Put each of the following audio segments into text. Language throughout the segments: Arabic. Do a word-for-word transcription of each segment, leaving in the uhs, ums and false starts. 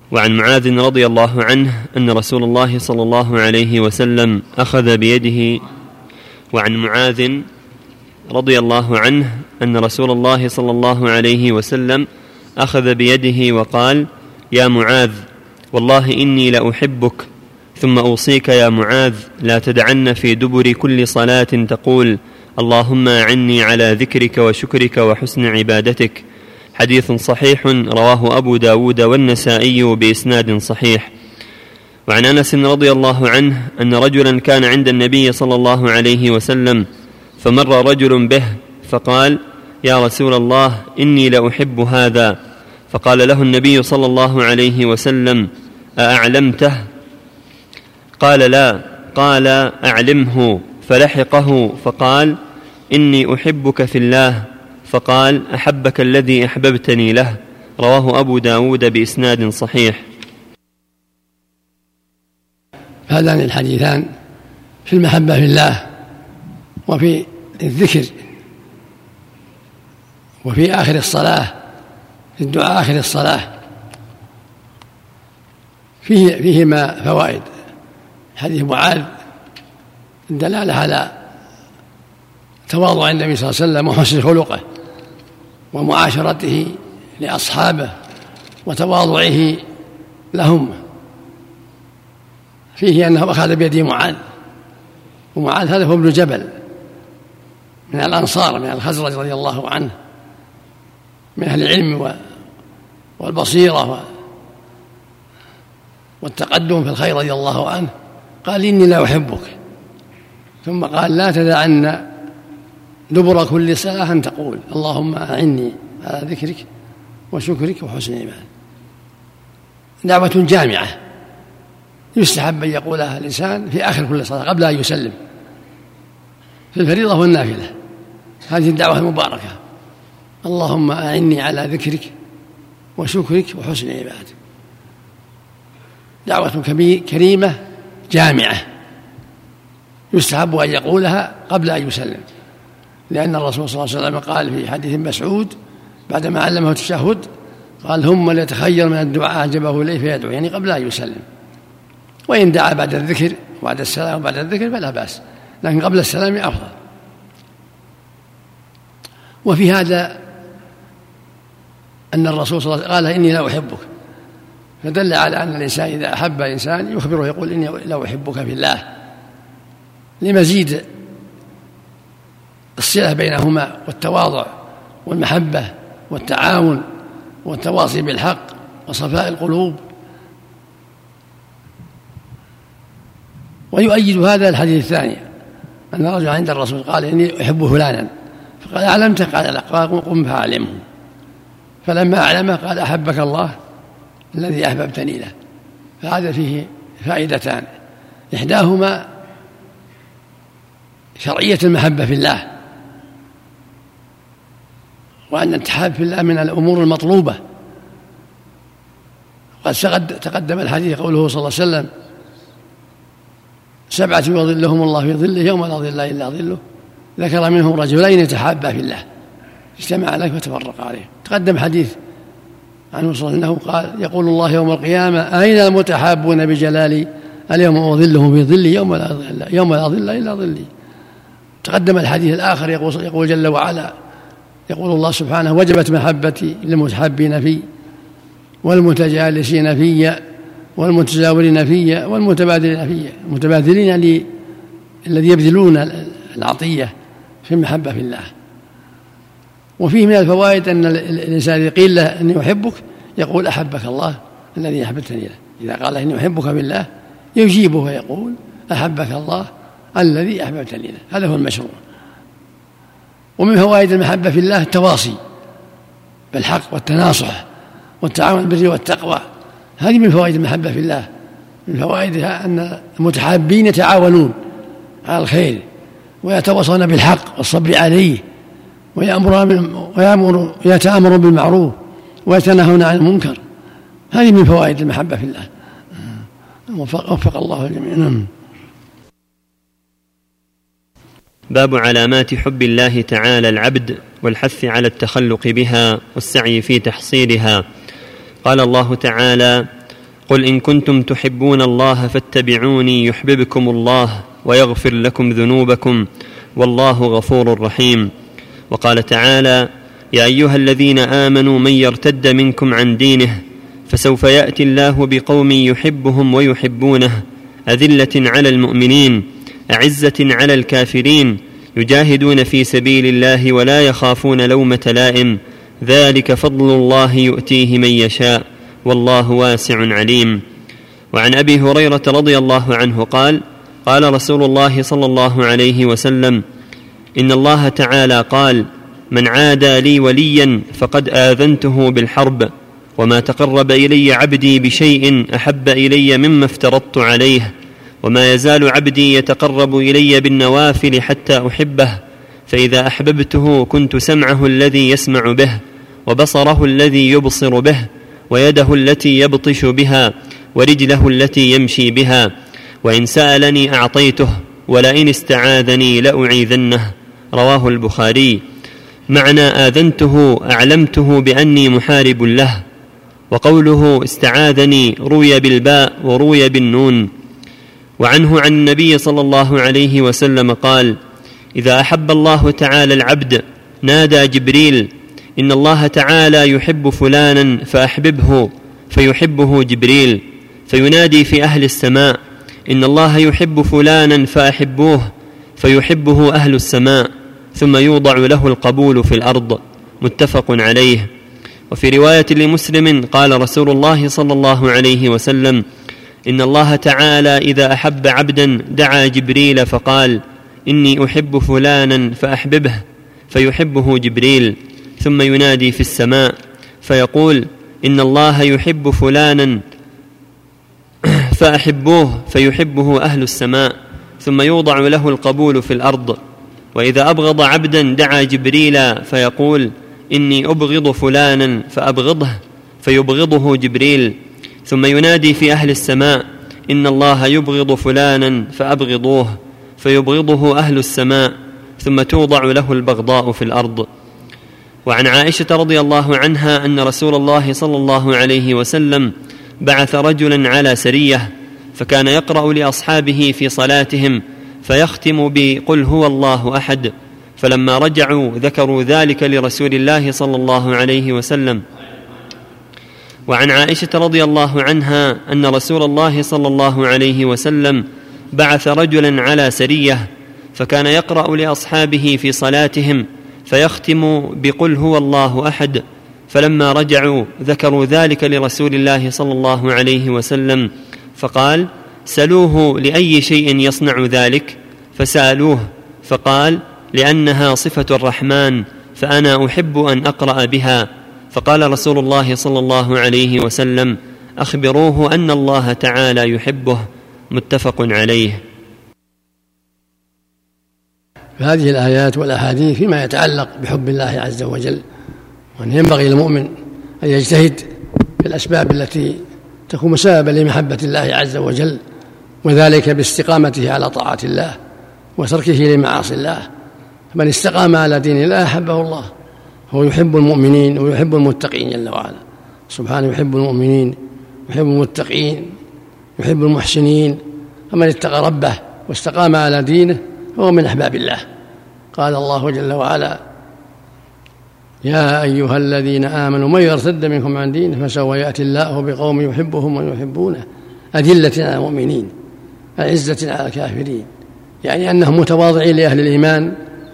وعن معاذ رضي الله عنه أن رسول الله صلى الله عليه وسلم أخذ بيده وعن معاذ رضي الله عنه أن رسول الله صلى الله عليه وسلم أخذ بيده وقال: يا معاذ، والله إني لأحبك، ثم أوصيك يا معاذ لا تدعن في دبر كل صلاة تقول: اللهم أعني على ذكرك وشكرك وحسن عبادتك. حديث صحيح رواه أبو داود والنسائي بإسناد صحيح. وعن أنس رضي الله عنه أن رجلا كان عند النبي صلى الله عليه وسلم فمر رجل به فقال: يا رسول الله، إني لأحب هذا. فقال له النبي صلى الله عليه وسلم: أأعلمته؟ قال: لا. قال: أعلمه. فلحقه فقال: إني أحبك في الله. فقال: أحبك الذي أحببتني له. رواه أبو داود بإسناد صحيح. هذان الحديثان في المحبة في الله وفي الذكر وفي آخر الصلاة، في الدعاء آخر الصلاة، فيه فيهما فوائد. حديث معاذ الدلالة على تواضع النبي صلى الله عليه وسلم وحسن خلقه ومعاشرته لأصحابه وتواضعه لهم. فيه أنه أخذ بيد معاذ، ومعاذ هذا هو ابن جبل من الأنصار من الخزرج رضي الله عنه، من أهل العلم والبصيرة والتقدم في الخير رضي الله عنه. قال: إني لا أحبك. ثم قال: لا تدعن دبر كل صلاة أن تقول: اللهم أعني على ذكرك وشكرك وحسن عبادتك. دعوة جامعة يستحب أن يقولها الإنسان في آخر كل صلاة قبل أن يسلم، في الفريضة والنافلة. هذه الدعوة المباركة: اللهم أعني على ذكرك وشكرك وحسن عبادتك. دعوة كريمة جامعة يستحب أن يقولها قبل أن يسلم، لأن الرسول صلى الله عليه وسلم قال في حديث مسعود بعدما علمه التشهد قال: هم من يتخير من الدعاء أعجبه إليه فيدعو، يعني قبل أن يسلم. وإن دعا بعد الذكر وبعد السلام وبعد الذكر فلا بأس، لكن قبل السلام أفضل. وفي هذا أن الرسول صلى الله عليه وسلم قال: إني لا أحبك، فدل على أن الإنسان إذا أحب إنسان يخبره يقول: إني لا أحبك في الله، لمزيد الصلة بينهما والتواضع والمحبة والتعاون والتواصي بالحق وصفاء القلوب. ويؤيد هذا الحديث الثاني أن رجل عند الرسول قال: إني أحب فلانا، فقال: أعلمته؟ قال: لا. قال: قم فأعلمه. فلما أعلمه قال: أحبك الله الذي أحببتني له. فهذا فيه فائدتان: إحداهما شرعية المحبة في الله، وأن التحاب في الله من الأمور المطلوبة. قد تقدم الحديث قوله صلى الله عليه وسلم: سبعة يظلهم الله في ظله يوم لا ظل إلا ظله، ذكر منهم رجلين يتحابا في الله اجتمع عليه وتفرق عليه. تقدم حديث عنه صلى الله عليه وسلم قال: يقول الله يوم القيامة: أين المتحابون بجلالي؟ اليوم أظلهم في ظلي يوم لا ظل يوم لا ظل إلا ظلي. تقدم الحديث الآخر يقول, يقول جل وعلا، يقول الله سبحانه: وجبت محبتي للمتحابين في والمتجالسين في والمتزاورين في والمتبادلين في المتبادلين لي الذي يبذلون العطية في المحبة في الله. وفيه من الفوائد أن الإنسان إذا قيل له إني أحبك يقول: أحبك الله الذي أحببتني له. إذا قال إني أحبك بالله يجيبه ويقول: أحبك الله الذي أحببتني له. هذا هو المشروع. ومن فوائد المحبة في الله التواصي بالحق والتناصح والتعاون بالبر والتقوى. هذه من فوائد المحبة في الله. من فوائدها أن المتحابين يتعاونون على الخير ويتواصون بالحق والصبر عليه، ويأمرون ويتأمرون بالمعروف ويتناهون عن المنكر. هذه من فوائد المحبة في الله. وفق الله الجميع. باب علامات حب الله تعالى العبد والحث على التخلق بها والسعي في تحصيلها. قال الله تعالى: قل إن كنتم تحبون الله فاتبعوني يحببكم الله ويغفر لكم ذنوبكم والله غفور رحيم. وقال تعالى: يا أيها الذين آمنوا من يرتد منكم عن دينه فسوف يأتي الله بقوم يحبهم ويحبونه أذلة على المؤمنين أعزة على الكافرين يجاهدون في سبيل الله ولا يخافون لومة لائم ذلك فضل الله يؤتيه من يشاء والله واسع عليم. وعن أبي هريرة رضي الله عنه قال: قال رسول الله صلى الله عليه وسلم: إن الله تعالى قال: من عادى لي وليا فقد آذنته بالحرب وما تقرب إلي عبدي بشيء أحب إلي مما افترضت عليه وما يزال عبدي يتقرب إلي بالنوافل حتى أحبه فإذا أحببته كنت سمعه الذي يسمع به وبصره الذي يبصر به ويده التي يبطش بها ورجله التي يمشي بها وإن سألني أعطيته ولئن استعاذني لأعيذنه. رواه البخاري. معنى آذنته أعلمته بأني محارب له. وقوله استعاذني روي بالباء وروي بالنون. وعنه عن النبي صلى الله عليه وسلم قال: إذا أحب الله تعالى العبد نادى جبريل: إن الله تعالى يحب فلانا فأحببه فيحبه جبريل فينادي في أهل السماء: إن الله يحب فلانا فأحبوه فيحبه أهل السماء ثم يوضع له القبول في الأرض. متفق عليه. وفي رواية لمسلم قال رسول الله صلى الله عليه وسلم: إن الله تعالى إذا أحب عبدا دعا جبريل فقال: إني أحب فلانا فأحببه فيحبه جبريل ثم ينادي في السماء فيقول: إن الله يحب فلانا فأحبوه فيحبه أهل السماء ثم يوضع له القبول في الأرض. وإذا أبغض عبدا دعا جبريل فيقول: إني أبغض فلانا فأبغضه فيبغضه جبريل ثم ينادي في أهل السماء: إن الله يبغض فلانا فأبغضوه فيبغضه أهل السماء ثم توضع له البغضاء في الأرض. وعن عائشة رضي الله عنها أن رسول الله صلى الله عليه وسلم بعث رجلا على سرية فكان يقرأ لأصحابه في صلاتهم فيختم بقل هو الله أحد، فلما رجعوا ذكروا ذلك لرسول الله صلى الله عليه وسلم. وعن عائشة رضي الله عنها أن رسول الله صلى الله عليه وسلم بعث رجلا على سرية فكان يقرأ لأصحابه في صلاتهم فيختم بقل هو الله أحد، فلما رجعوا ذكروا ذلك لرسول الله صلى الله عليه وسلم فقال: سلوه لأي شيء يصنع ذلك؟ فسألوه فقال: لأنها صفة الرحمن فأنا أحب أن أقرأ بها. فقال رسول الله صلى الله عليه وسلم: أخبروه أن الله تعالى يحبه. متفق عليه. فهذه الآيات والأحاديث فيما يتعلق بحب الله عز وجل، وأن ينبغي للمؤمن أن يجتهد في الأسباب التي تكون سببا لمحبة الله عز وجل، وذلك باستقامته على طاعة الله وتركه لمعاصي الله. من استقام على دين الله أحبه الله، هو يحب المؤمنين ويحب المتقين جل وعلا سبحانه، يحب المؤمنين يحب المتقين يحب المحسنين. فمن اتقى ربه واستقام على دينه هو من أحباب الله. قال الله جل وعلا: يا أيها الذين آمنوا من يرتد منكم عن دينه فسوف يأتي الله بقوم يحبهم ويحبونه أذلة على المؤمنين أعزة على الكافرين، يعني أنهم متواضعين لأهل الإيمان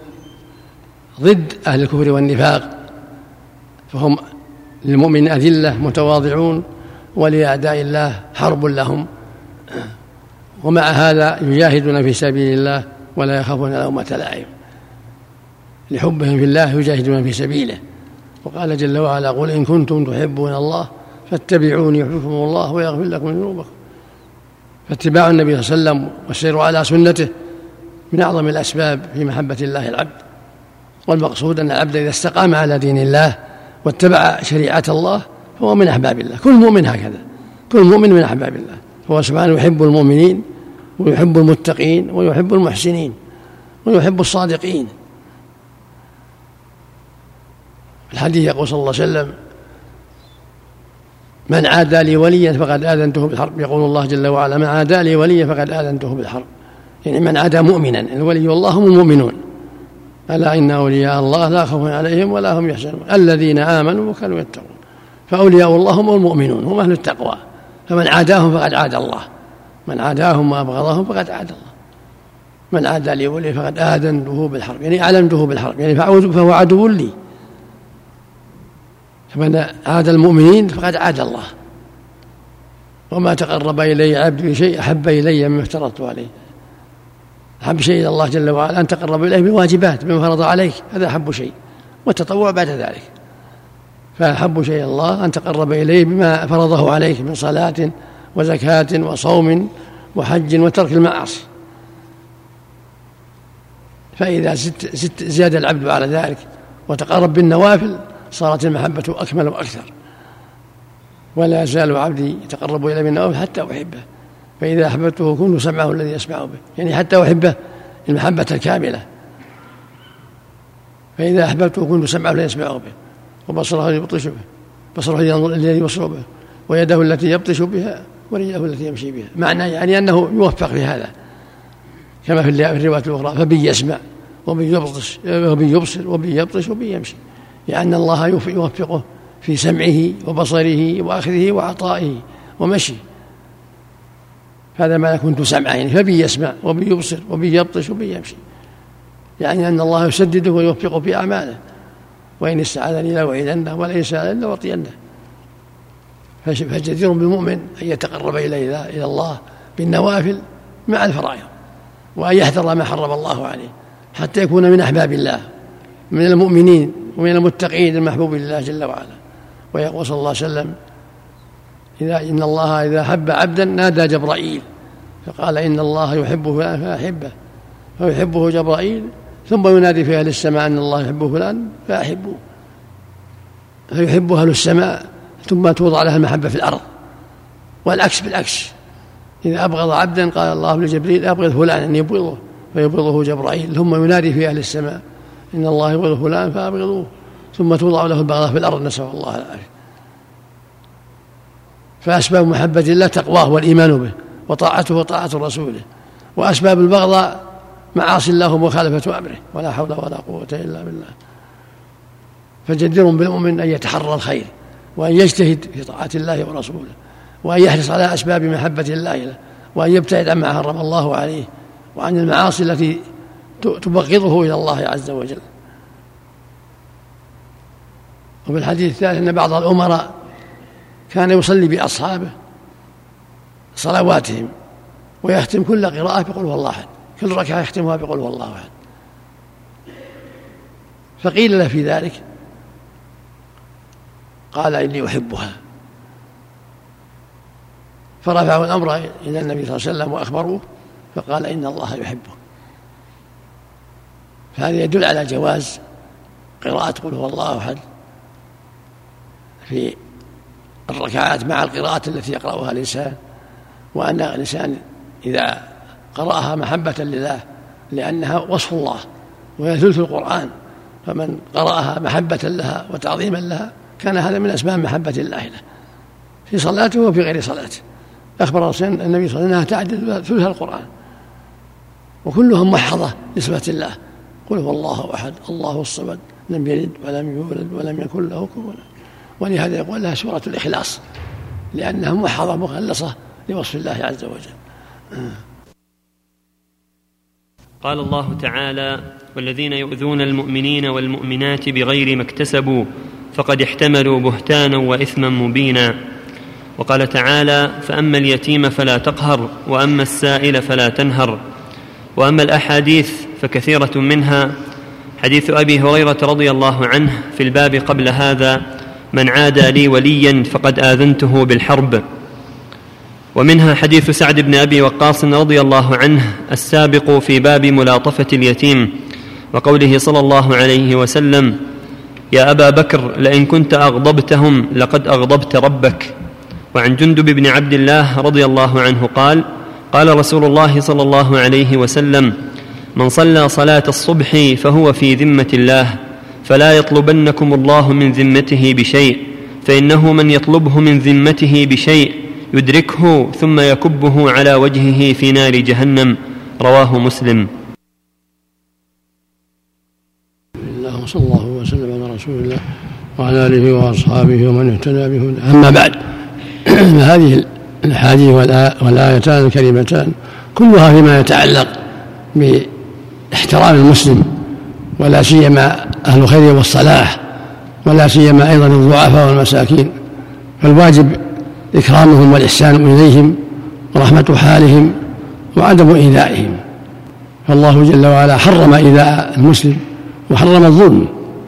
ضد أهل الكفر والنفاق، فهم للمؤمن أذلة متواضعون، ولأعداء الله حرب لهم، ومع هذا يجاهدون في سبيل الله ولا يخافون لومة لائم، لحبهم في الله يجاهدون في سبيله. وقال جل وعلا: قل إن كنتم تحبون الله فاتبعوني يحببكم الله ويغفر لكم ذنوبكم. فاتباع النبي صلى الله عليه وسلم والسير على سنته من أعظم الأسباب في محبة الله العبد. والمقصود أن العبد إذا استقام على دين الله واتبع شريعة الله فهو من أحباب الله. كل مؤمن هكذا، كل مؤمن من أحباب الله. هو سبحانه يحب المؤمنين ويحب المتقين ويحب المحسنين ويحب الصادقين. الحديث يقول صلى الله عليه وسلم: من عادى لي وليا فقد آذنته بالحرب، يقول الله جل وعلا من عادى لي وليا فقد آذنته بالحرب، يعني من عادى مؤمنا، الولي والله هم المؤمنون، ألا إن أولياء الله لا خوف عليهم ولا هم يحزنون الذين آمنوا وكانوا يتقون. فأولياء الله هم المؤمنون، هم أهل التقوى، فمن عاداهم فقد عاد الله، من عاداهم وأبغضهم فقد عاد الله. من عادى لي ولي فقد آذنته بالحرب، يعني أعلمته بالحرب، يعني فهو عدو لي. فمن عاد المؤمنين فقد عاد الله. وما تقرب إلي عبد بشيء أحب إلي مما افترضت عليه. أحب شيء إلى الله جل وعلا أن تقرب إليه بالواجبات بما فرض عليك، هذا أحب شيء، والتطوع بعد ذلك. فأحب شيء الله أن تقرب إليه بما فرضه عليك من صلاة وزكاة وصوم وحج وترك المعاصي. فإذا زدت زدت زاد العبد على ذلك وتقرب بالنوافل صارت المحبة أكمل وأكثر. ولا يزال عبدي يتقرب إلي بالنوافل حتى أحبه، فإذا أحببته كنت سمعه الذي يسمع به، يعني حتى أحبه المحبة الكاملة. فإذا أحببته كنت سمعه الذي يسمع به، وبصره الذي يبطش به، بصره الذي يبصر به، ويده التي يبطش بها، ورجله التي يمشي بها. معنى يعني أنه يوفق في هذا، كما في الرواية الأخرى فبي يسمع وبي يبطش وبي يبصر وبي يبطش وبي يمشي، لأن الله يوفقه في سمعه وبصره وأخذه وعطائه ومشي. هذا ما كنت سمعه، يعني فبي يسمع وبي يبصر وبي يبطش وبي يمشي، يعني أن الله يسدده ويوفقه في أعماله. وإن استعاذني لأعيذنه ولئن سألني لأعطينه. فجدير بالمؤمن أن يتقرب إلى الله بالنوافل مع الفرائض، وأن يحذر ما حرم الله عليه حتى يكون من أحباب الله، من المؤمنين ومن المتقين المحبوب لله جل وعلا. ويقول صلى الله عليه وسلم إذا إن الله إذا أحب عبدا نادى جبرائيل فقال إن الله يحب فلان فأحبه، فيحبه جبرائيل ثم ينادي في أهل السماء أن الله يحب فلان فأحبوه، فيحب أهل السماء ثم توضع لها المحبة في الأرض. والعكس بالعكس، إذا أبغض عبدا قال الله لجبريل أبغض فلان أن يبغضه، فيبغضه جبرائيل ثم ينادي في أهل السماء إن الله يبغض فلان فأبغضوه، ثم توضع له البغضة في الأرض، نسأل الله العافية. فأسباب محبة الله تقواه والإيمان به وطاعته وطاعة رسوله، وأسباب البغضة معاصي الله ومخالفة أمره، ولا حول ولا قوة إلا بالله. فجدير بالمؤمن أن يتحرى الخير وأن يجتهد في طاعة الله ورسوله، وأن يحرص على أسباب محبة الله له، وأن يبتعد عما حرم الله عليه وعن المعاصي التي تبغضه إلى الله عز وجل. وفي الحديث الثالث أن بعض الأمراء كان يصلي بأصحابه صلواتهم ويختم كل قراءة بقول هو الله أحد، كل ركعة يختمها بقول هو الله أحد. فقيل له في ذلك قال إني أحبها، فرفعوا الأمر إلى النبي صلى الله عليه وسلم وأخبروه فقال إن الله يحبه. فهذا يدل على جواز قراءة قل هو الله أحد في الركعات مع القراءة التي يقرأها الإنسان، وأن الإنسان إذا قرأها محبة لله لأنها وصف الله وهي ثلث القرآن، فمن قرأها محبة لها وتعظيما لها كان هذا من أسباب محبة الله له في صلاته وفي غير صلاته. أخبر النبي صلى الله عليه وسلم أنها تعدل ثلث القرآن، وكلهم محضة لصفة الله. قل هو الله أحد الله الصمد لم يلد ولم يولد ولم يكن له كفوا أحد. ولهذا يقول لها سورة الإخلاص لأنها محضة مخلصة لوصف الله عز وجل. قال الله تعالى: والذين يؤذون المؤمنين والمؤمنات بغير ما اكتسبوا فقد احتملوا بهتانا وإثما مبينا. وقال تعالى: فأما اليتيم فلا تقهر وأما السائل فلا تنهر. وأما الأحاديث فكثيرة منها حديث أبي هريرة رضي الله عنه في الباب قبل هذا: من عادى لي وليا فقد آذنته بالحرب. ومنها حديث سعد بن أبي وقاص رضي الله عنه السابق في باب ملاطفة اليتيم، وقوله صلى الله عليه وسلم: يا أبا بكر لئن كنت أغضبتهم لقد أغضبت ربك. وعن جندب بن عبد الله رضي الله عنه قال: قال رسول الله صلى الله عليه وسلم: من صلى صلاة الصبح فهو في ذمة الله، فلا يطلبنكم الله من ذمته بشيء، فإنه من يطلبه من ذمته بشيء يدركه ثم يكبه على وجهه في نار جهنم. رواه مسلم. الله صلى الله وسلم على رسول الله وعلى آله وأصحابه ومن اهتدى بهداه. أما بعد، هذه الأحاديث والآيتان الكريمتان كلها فيما يتعلق باحترام المسلم، ولا سيما أهل الخير والصلاح، ولا سيما أيضا الضعفاء والمساكين، فالواجب إكرامهم والإحسان إليهم ورحمة حالهم وعدم إيذائهم. فالله جل وعلا حرم إيذاء المسلم وحرم الظلم،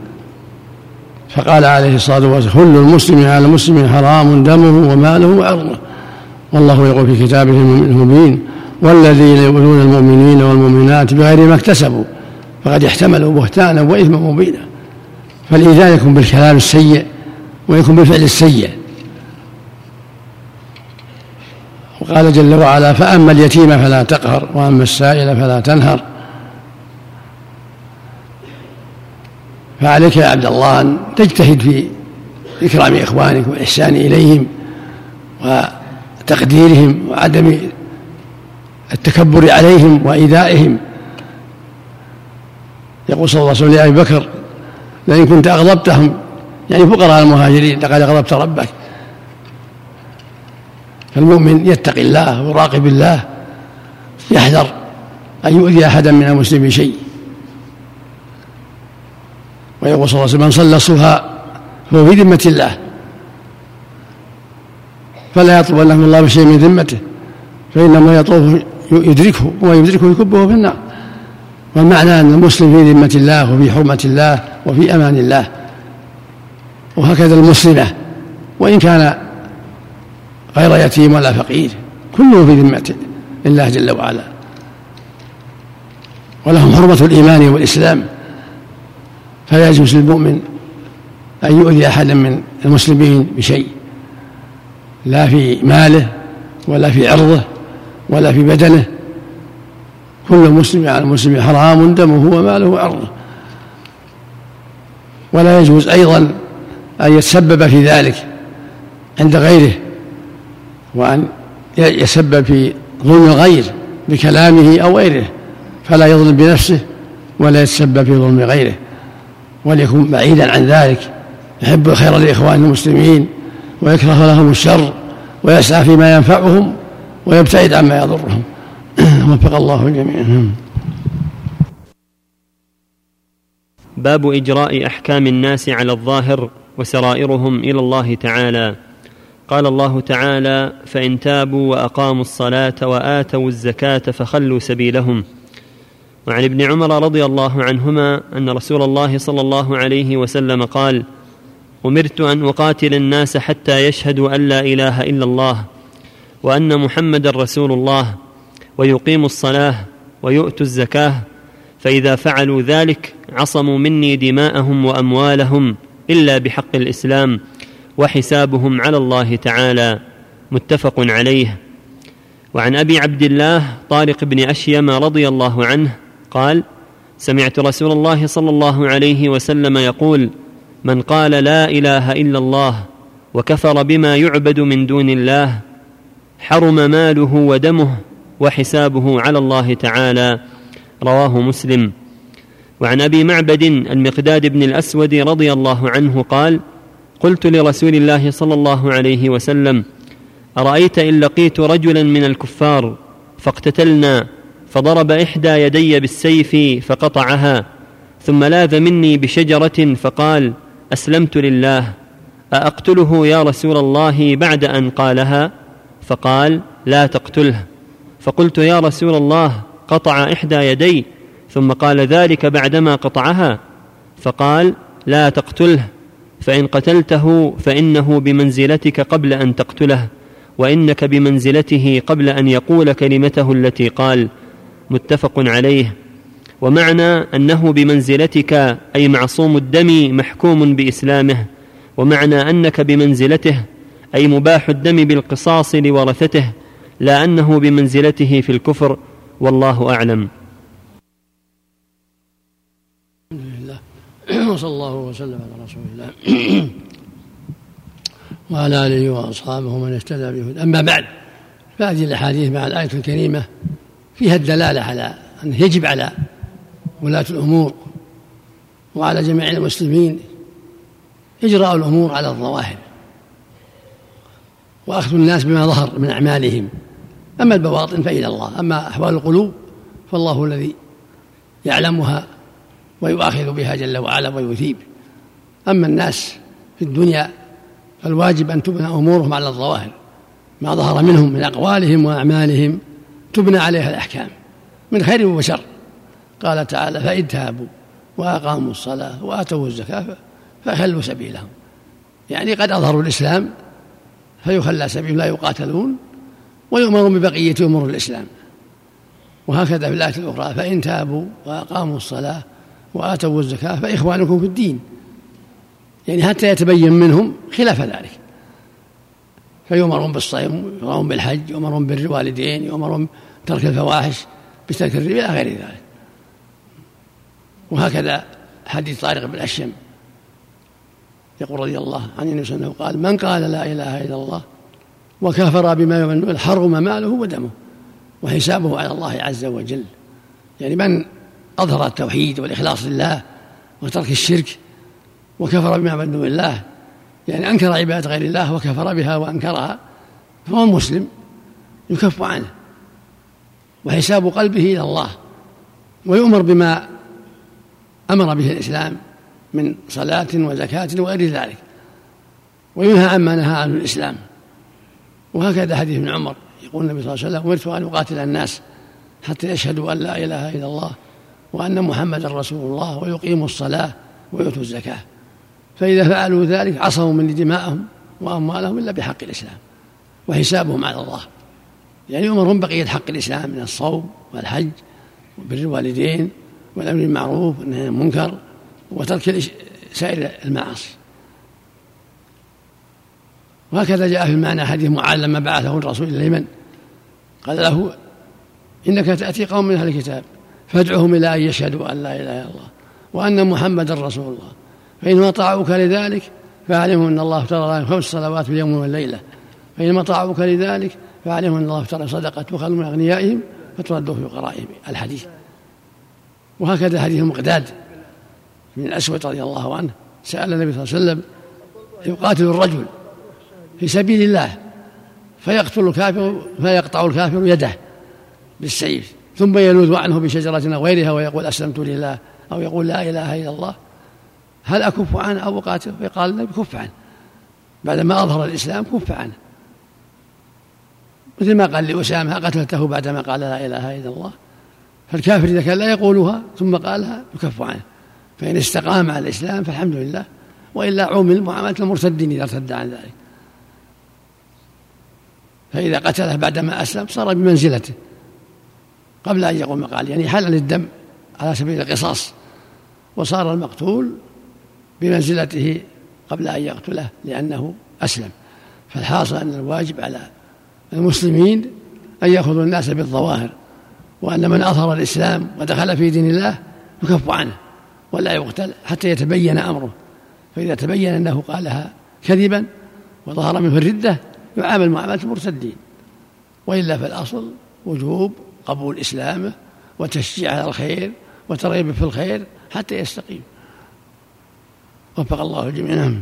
فقال عليه الصلاة والسلام: كل المسلم على المسلم حرام دمه وماله وعرضه. والله يقول في كتابه المبين: والذين يؤذون المؤمنين والمؤمنات بغير ما اكتسبوا فقد احتملوا بهتانا وإثما مبينا. فالإيذاء يكون بالكلام السيء ويكون بالفعل السيء. وقال جل وعلا: فأما اليتيم فلا تقهر وأما السائل فلا تنهر. فعليك يا عبد الله أن تجتهد في إكرام إخوانك والإحسان إليهم وتقديرهم وعدم التكبر عليهم وإيذائهم. يقول صلى الله عليه وسلم لأبي بكر: لئن كنت أغضبتهم، يعني فقراء المهاجرين، لقد أغضبت ربك. فالمؤمن يتقي الله ويراقب الله، يحذر أن يؤذي أحدا من المسلمين بشيء. ويقول صلى الله عليه وسلم: من صلى الصبح فهو في ذمة الله، فلا يطلب لهم الله بشيء من ذمته، فإنما يطوف يدركه وما يدركه يكبه في النار. والمعنى أن المسلم في ذمة الله وفي حرمة الله وفي أمان الله. وهكذا المسلمة وإن كان غير يتيم ولا فقير، كله في ذمة الله جل وعلا، ولهم حرمة الإيمان والإسلام. فلا يجوز للمؤمن أن يؤذي أحدا من المسلمين بشيء، لا في ماله ولا في عرضه ولا في بدنه. كل مسلم على المسلم حرام دمه وماله وعرضه. ولا يجوز أيضا أن يتسبب في ذلك عند غيره، وأن يسبب في ظلم الغير بكلامه أو غيره، فلا يظلم بنفسه ولا يتسبب في ظلم غيره، وليكن بعيدا عن ذلك، يحب الخير لإخوانه المسلمين ويكره لهم الشر ويسعى فيما ينفعهم ويبتعد عما يضرهم. وفق الله جميعا. باب إجراء أحكام الناس على الظاهر وسرائرهم إلى الله تعالى. قال الله تعالى: فإن تابوا وأقاموا الصلاة وآتوا الزكاة فخلوا سبيلهم. وعن ابن عمر رضي الله عنهما أن رسول الله صلى الله عليه وسلم قال: أمرت أن أقاتل الناس حتى يشهدوا أن لا إله إلا الله وأن محمد رسول الله ويقيموا الصلاة ويؤتوا الزكاة، فإذا فعلوا ذلك عصموا مني دماءهم وأموالهم إلا بحق الإسلام وحسابهم على الله تعالى. متفق عليه. وعن أبي عبد الله طارق بن أشيم رضي الله عنه قال: سمعت رسول الله صلى الله عليه وسلم يقول: من قال لا إله إلا الله وكفر بما يعبد من دون الله حرم ماله ودمه وحسابه على الله تعالى. رواه مسلم. وعن أبي معبد المقداد بن الأسود رضي الله عنه قال: قلت لرسول الله صلى الله عليه وسلم: أرأيت إن لقيت رجلا من الكفار فاقتتلنا فضرب إحدى يدي بالسيف فقطعها، ثم لاذ مني بشجرة فقال: أسلمت لله، أأقتله يا رسول الله بعد أن قالها؟ فقال: لا تقتله. فقلت: يا رسول الله، قطع إحدى يدي ثم قال ذلك بعدما قطعها؟ فقال: لا تقتله، فإن قتلته فإنه بمنزلتك قبل أن تقتله، وإنك بمنزلته قبل أن يقول كلمته التي قال. متفق عليه. ومعنى أنه بمنزلتك أي معصوم الدم محكوم بإسلامه، ومعنى أنك بمنزلته أي مباح الدم بالقصاص لورثته، لا أنه بمنزلته في الكفر. والله أعلم. الحمد لله وصلى الله وسلم على رسول الله. وعلى آله وأصحابه من اهتدى بهداه. أما بعد، فهذه الأحاديث مع الآية الكريمة فيها الدلالة على أنه يجب على ولاة الأمور وعلى جميع المسلمين إجراء الأمور على الظواهر وأخذ الناس بما ظهر من أعمالهم، أما البواطن فإلى الله. أما أحوال القلوب فالله الذي يعلمها ويؤاخذ بها جل وعلا ويثيب. أما الناس في الدنيا فالواجب أن تبنى أمورهم على الظواهر، ما ظهر منهم من أقوالهم وأعمالهم تبنى عليها الأحكام من خير وشر. قال تعالى: فإن تابوا وأقاموا الصلاة وآتوا الزكاة فخلوا سبيلهم، يعني قد أظهروا الإسلام فيخلى سبيلهم، لا يقاتلون ويؤمرون ببقية أمور الإسلام. وهكذا في الآية الأخرى: فإن تابوا وأقاموا الصلاة وآتوا الزكاة فإخوانكم في الدين، يعني حتى يتبين منهم خلاف ذلك، فيؤمرون بالصيام، يؤمرون بالحج، يؤمرون بر الوالدين، يؤمرون بترك الفواحش، بترك الربا إلى غير ذلك. وهكذا حديث طارق بن الأشيم يقول رضي الله عنه النبي صلى الله عليه وسلم قال: من قال لا إله إلا الله وكفر بما يؤمن حرم ماله ودمه وحسابه على الله عز وجل. يعني من أظهر التوحيد والإخلاص لله وترك الشرك وكفر بما يؤمن بالله، يعني أنكر عبادة غير الله وكفر بها وأنكرها، فهو مسلم يكف عنه وحساب قلبه إلى الله، ويؤمر بما أمر به الإسلام من صلاة وزكاة وغير ذلك، وينهى عما نهى عنه الإسلام. وهكذا حديث ابن عمر يقول النبي صلى الله عليه وسلم: أمرت أن أقاتل الناس حتى يشهدوا أن لا إله إلا الله وأن محمدا رسول الله ويقيموا الصلاة ويؤتوا الزكاة، فإذا فعلوا ذلك عصموا من دماءهم وأموالهم إلا بحق الإسلام وحسابهم على الله. يعني يؤمرهم بقية حق الإسلام من الصوم والحج وبر الوالدين والأمر بالمعروف والنهي عن المنكر وترك سائر المعاصي. وهكذا جاء في المعنى حديث معاذ لما بعثه الرسول إلى اليمن قال له: إنك تأتي قوم من أهل الكتاب فادعهم إلى أن يشهدوا أن لا إله إلا الله وأن محمدا رسول الله، فإنما طاعوك لذلك فاعلموا أن الله افترض عليهم خمس صلوات في اليوم والليلة، فإنما طاعوك لذلك فاعلموا أن الله افترض صدقة تؤخذ من أغنيائهم فتردوا في فقرائهم. الحديث. وهكذا حديث المقداد من الأسود رضي الله عنه سأل النبي صلى الله عليه وسلم: يقاتل الرجل في سبيل الله فيقتل الكافر فيقطع الكافر يده بالسيف ثم يلوذ عنه بشجرة أو غيرها ويقول أسلمت لله أو يقول لا إله إلا الله، هل أكف عنه أو أقاتله؟ فقال النبي: كف عنه، بعدما أظهر الإسلام كف عنه، مثل ما قال لأسامة: قتلته بعدما قال لا إله إلا الله. فالكافر إذا كان لا يقولها ثم قالها يكف عنه، فإن استقام على الإسلام فالحمد لله، وإلا عومل معاملة المرتدين إذا ارتد عن ذلك. فإذا قتله بعدما أسلم صار بمنزلته قبل أن يقوم قال، يعني حلل الدم على سبيل القصاص، وصار المقتول بمنزلته قبل أن يقتله لأنه أسلم. فالحاصل أن الواجب على المسلمين أن يأخذوا الناس بالظواهر، وأن من أظهر الإسلام ودخل في دين الله يكف عنه ولا يقتل حتى يتبين أمره، فإذا تبين أنه قالها كذبا وظهر منه الردة يعامل معاملة المرتدين، وإلا فالأصل وجوب قبول إسلامه وتشجيع على الخير وترغيب في الخير حتى يستقيم. وفق الله الجميع.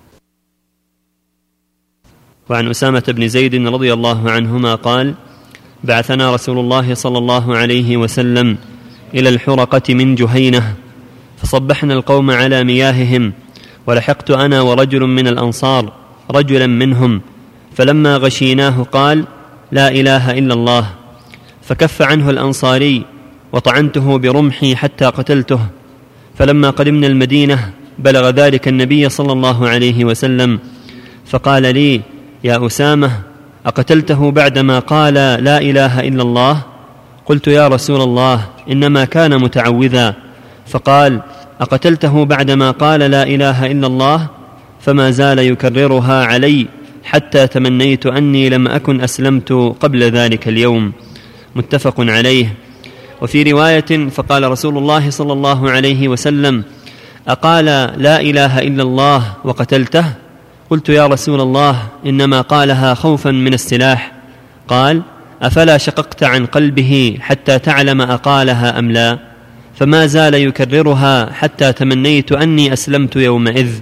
وعن أسامة بن زيد رضي الله عنهما قال: بعثنا رسول الله صلى الله عليه وسلم إلى الحرقة من جهينة فصبحنا القوم على مياههم، ولحقت أنا ورجل من الأنصار رجلا منهم، فلما غشيناه قال: لا إله إلا الله، فكف عنه الأنصاري وطعنته برمحي حتى قتلته. فلما قدمنا المدينة بلغ ذلك النبي صلى الله عليه وسلم فقال لي: يا أسامة، أقتلته بعدما قال لا إله إلا الله؟ قلت: يا رسول الله، إنما كان متعوذا. فقال: أقتلته بعدما قال لا إله إلا الله؟ فما زال يكررها علي حتى تمنيت أني لم أكن أسلمت قبل ذلك اليوم. متفق عليه. وفي رواية: فقال رسول الله صلى الله عليه وسلم: أقال لا إله إلا الله وقتلته؟ قلت يا رسول الله إنما قالها خوفا من السلاح. قال أفلا شققت عن قلبه حتى تعلم أقالها أم لا؟ فما زال يكررها حتى تمنيت أني أسلمت يومئذ.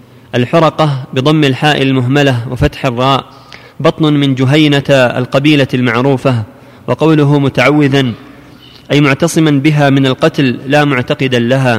الحرقة بضم الحاء المهملة وفتح الراء، بطن من جهينة القبيلة المعروفة. وقوله متعوذا أي معتصما بها من القتل لا معتقدا لها.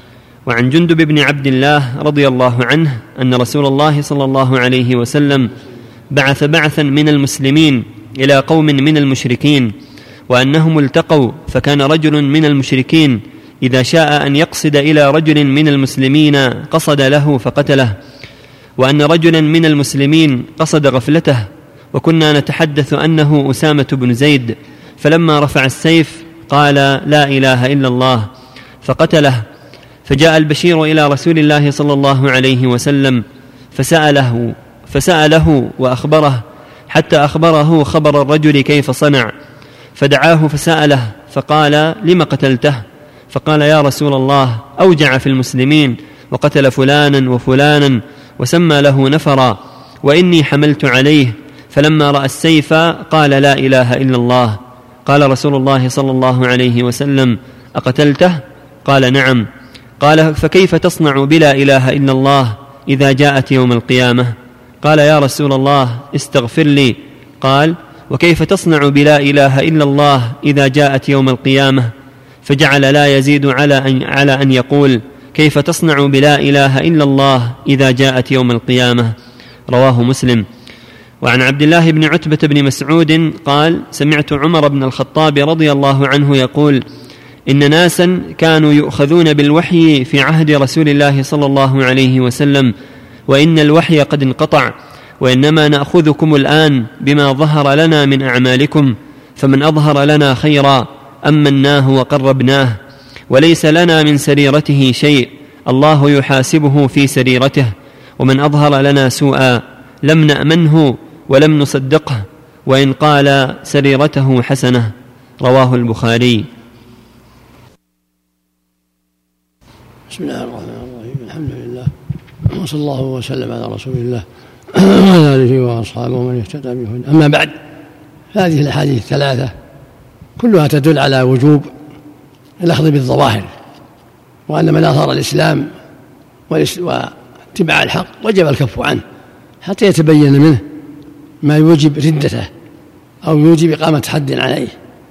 وعن جندب بن عبد الله رضي الله عنه أن رسول الله صلى الله عليه وسلم بعث بعثا من المسلمين إلى قوم من المشركين، وأنهم التقوا، فكان رجل من المشركين إذا شاء أن يقصد إلى رجل من المسلمين قصد له فقتله، وأن رجلا من المسلمين قصد غفلته، وكنا نتحدث أنه أسامة بن زيد، فلما رفع السيف قال لا إله إلا الله فقتله. فجاء البشير إلى رسول الله صلى الله عليه وسلم فسأله فسأله وأخبره حتى أخبره خبر الرجل كيف صنع، فدعاه فسأله فقال لم قتلته؟ فقال يا رسول الله أوجع في المسلمين وقتل فلانا وفلانا وسمى له نفرا، وإني حملت عليه، فلما رأى السيف قال لا إله إلا الله. قال رسول الله صلى الله عليه وسلم أقتلته؟ قال نعم. قال فكيف تصنع بلا إله إلا الله إذا جاءت يوم القيامة؟ قال يا رسول الله استغفر لي. قال وكيف تصنع بلا إله إلا الله إذا جاءت يوم القيامة؟ فجعل لا يزيد على أن, على أن يقول كيف تصنع بلا إله إلا الله إذا جاءت يوم القيامة. رواه مسلم. وعن عبد الله بن عتبة بن مسعود قال سمعت عمر بن الخطاب رضي الله عنه يقول إن ناسا كانوا يؤخذون بالوحي في عهد رسول الله صلى الله عليه وسلم، وإن الوحي قد انقطع، وإنما نأخذكم الآن بما ظهر لنا من أعمالكم، فمن أظهر لنا خيرا أمناه وقربناه، وليس لنا من سريرته شيء الله يحاسبه في سريرته، ومن أظهر لنا سوءا لم نأمنه ولم نصدقه وإن قال سريرته حسنة. رواه البخاري. بسم الله الرحمن الرحيم. الحمد لله وصلى الله وسلم على رسول الله وعلى آله وأصحابه ومن اهتدى بهداه. أما بعد، هذه الأحاديث الثلاثة كلها تدل على وجوب الأخذ بالظواهر، وأن من أظهر الإسلام واتباع الحق وجب الكف عنه حتى يتبين منه ما يوجب ردته أو يوجب إقامة حد عليه.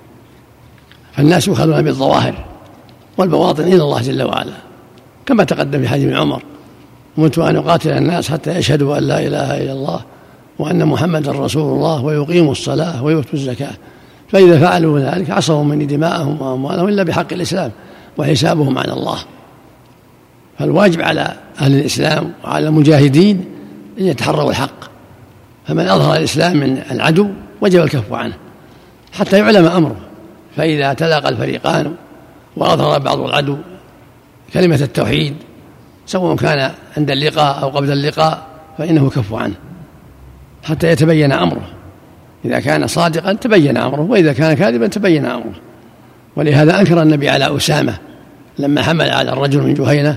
فالناس يؤخذون بالظواهر والبواطن إلى الله جل وعلا، كما تقدم في حديث ابن عمر أمرت أن أقاتل الناس حتى يشهدوا أن لا إله إلا الله وأن محمدا رسول الله ويقيموا الصلاة ويؤتوا الزكاة، فإذا فعلوا ذلك عصموا مني دماءهم وأموالهم إلا بحق الإسلام وحسابهم على الله. فالواجب على أهل الإسلام وعلى المجاهدين أن يتحروا الحق، فمن أظهر الإسلام من العدو وجب الكف عنه حتى يعلم أمره. فإذا تلاقى الفريقان وأظهر بعض العدو كلمة التوحيد سواء كان عند اللقاء أو قبل اللقاء فإنه كف عنه حتى يتبين أمره. إذا كان صادقا تبين أمره، وإذا كان كاذبا تبين أمره. ولهذا أنكر النبي على أسامة لما حمل على الرجل من جهينة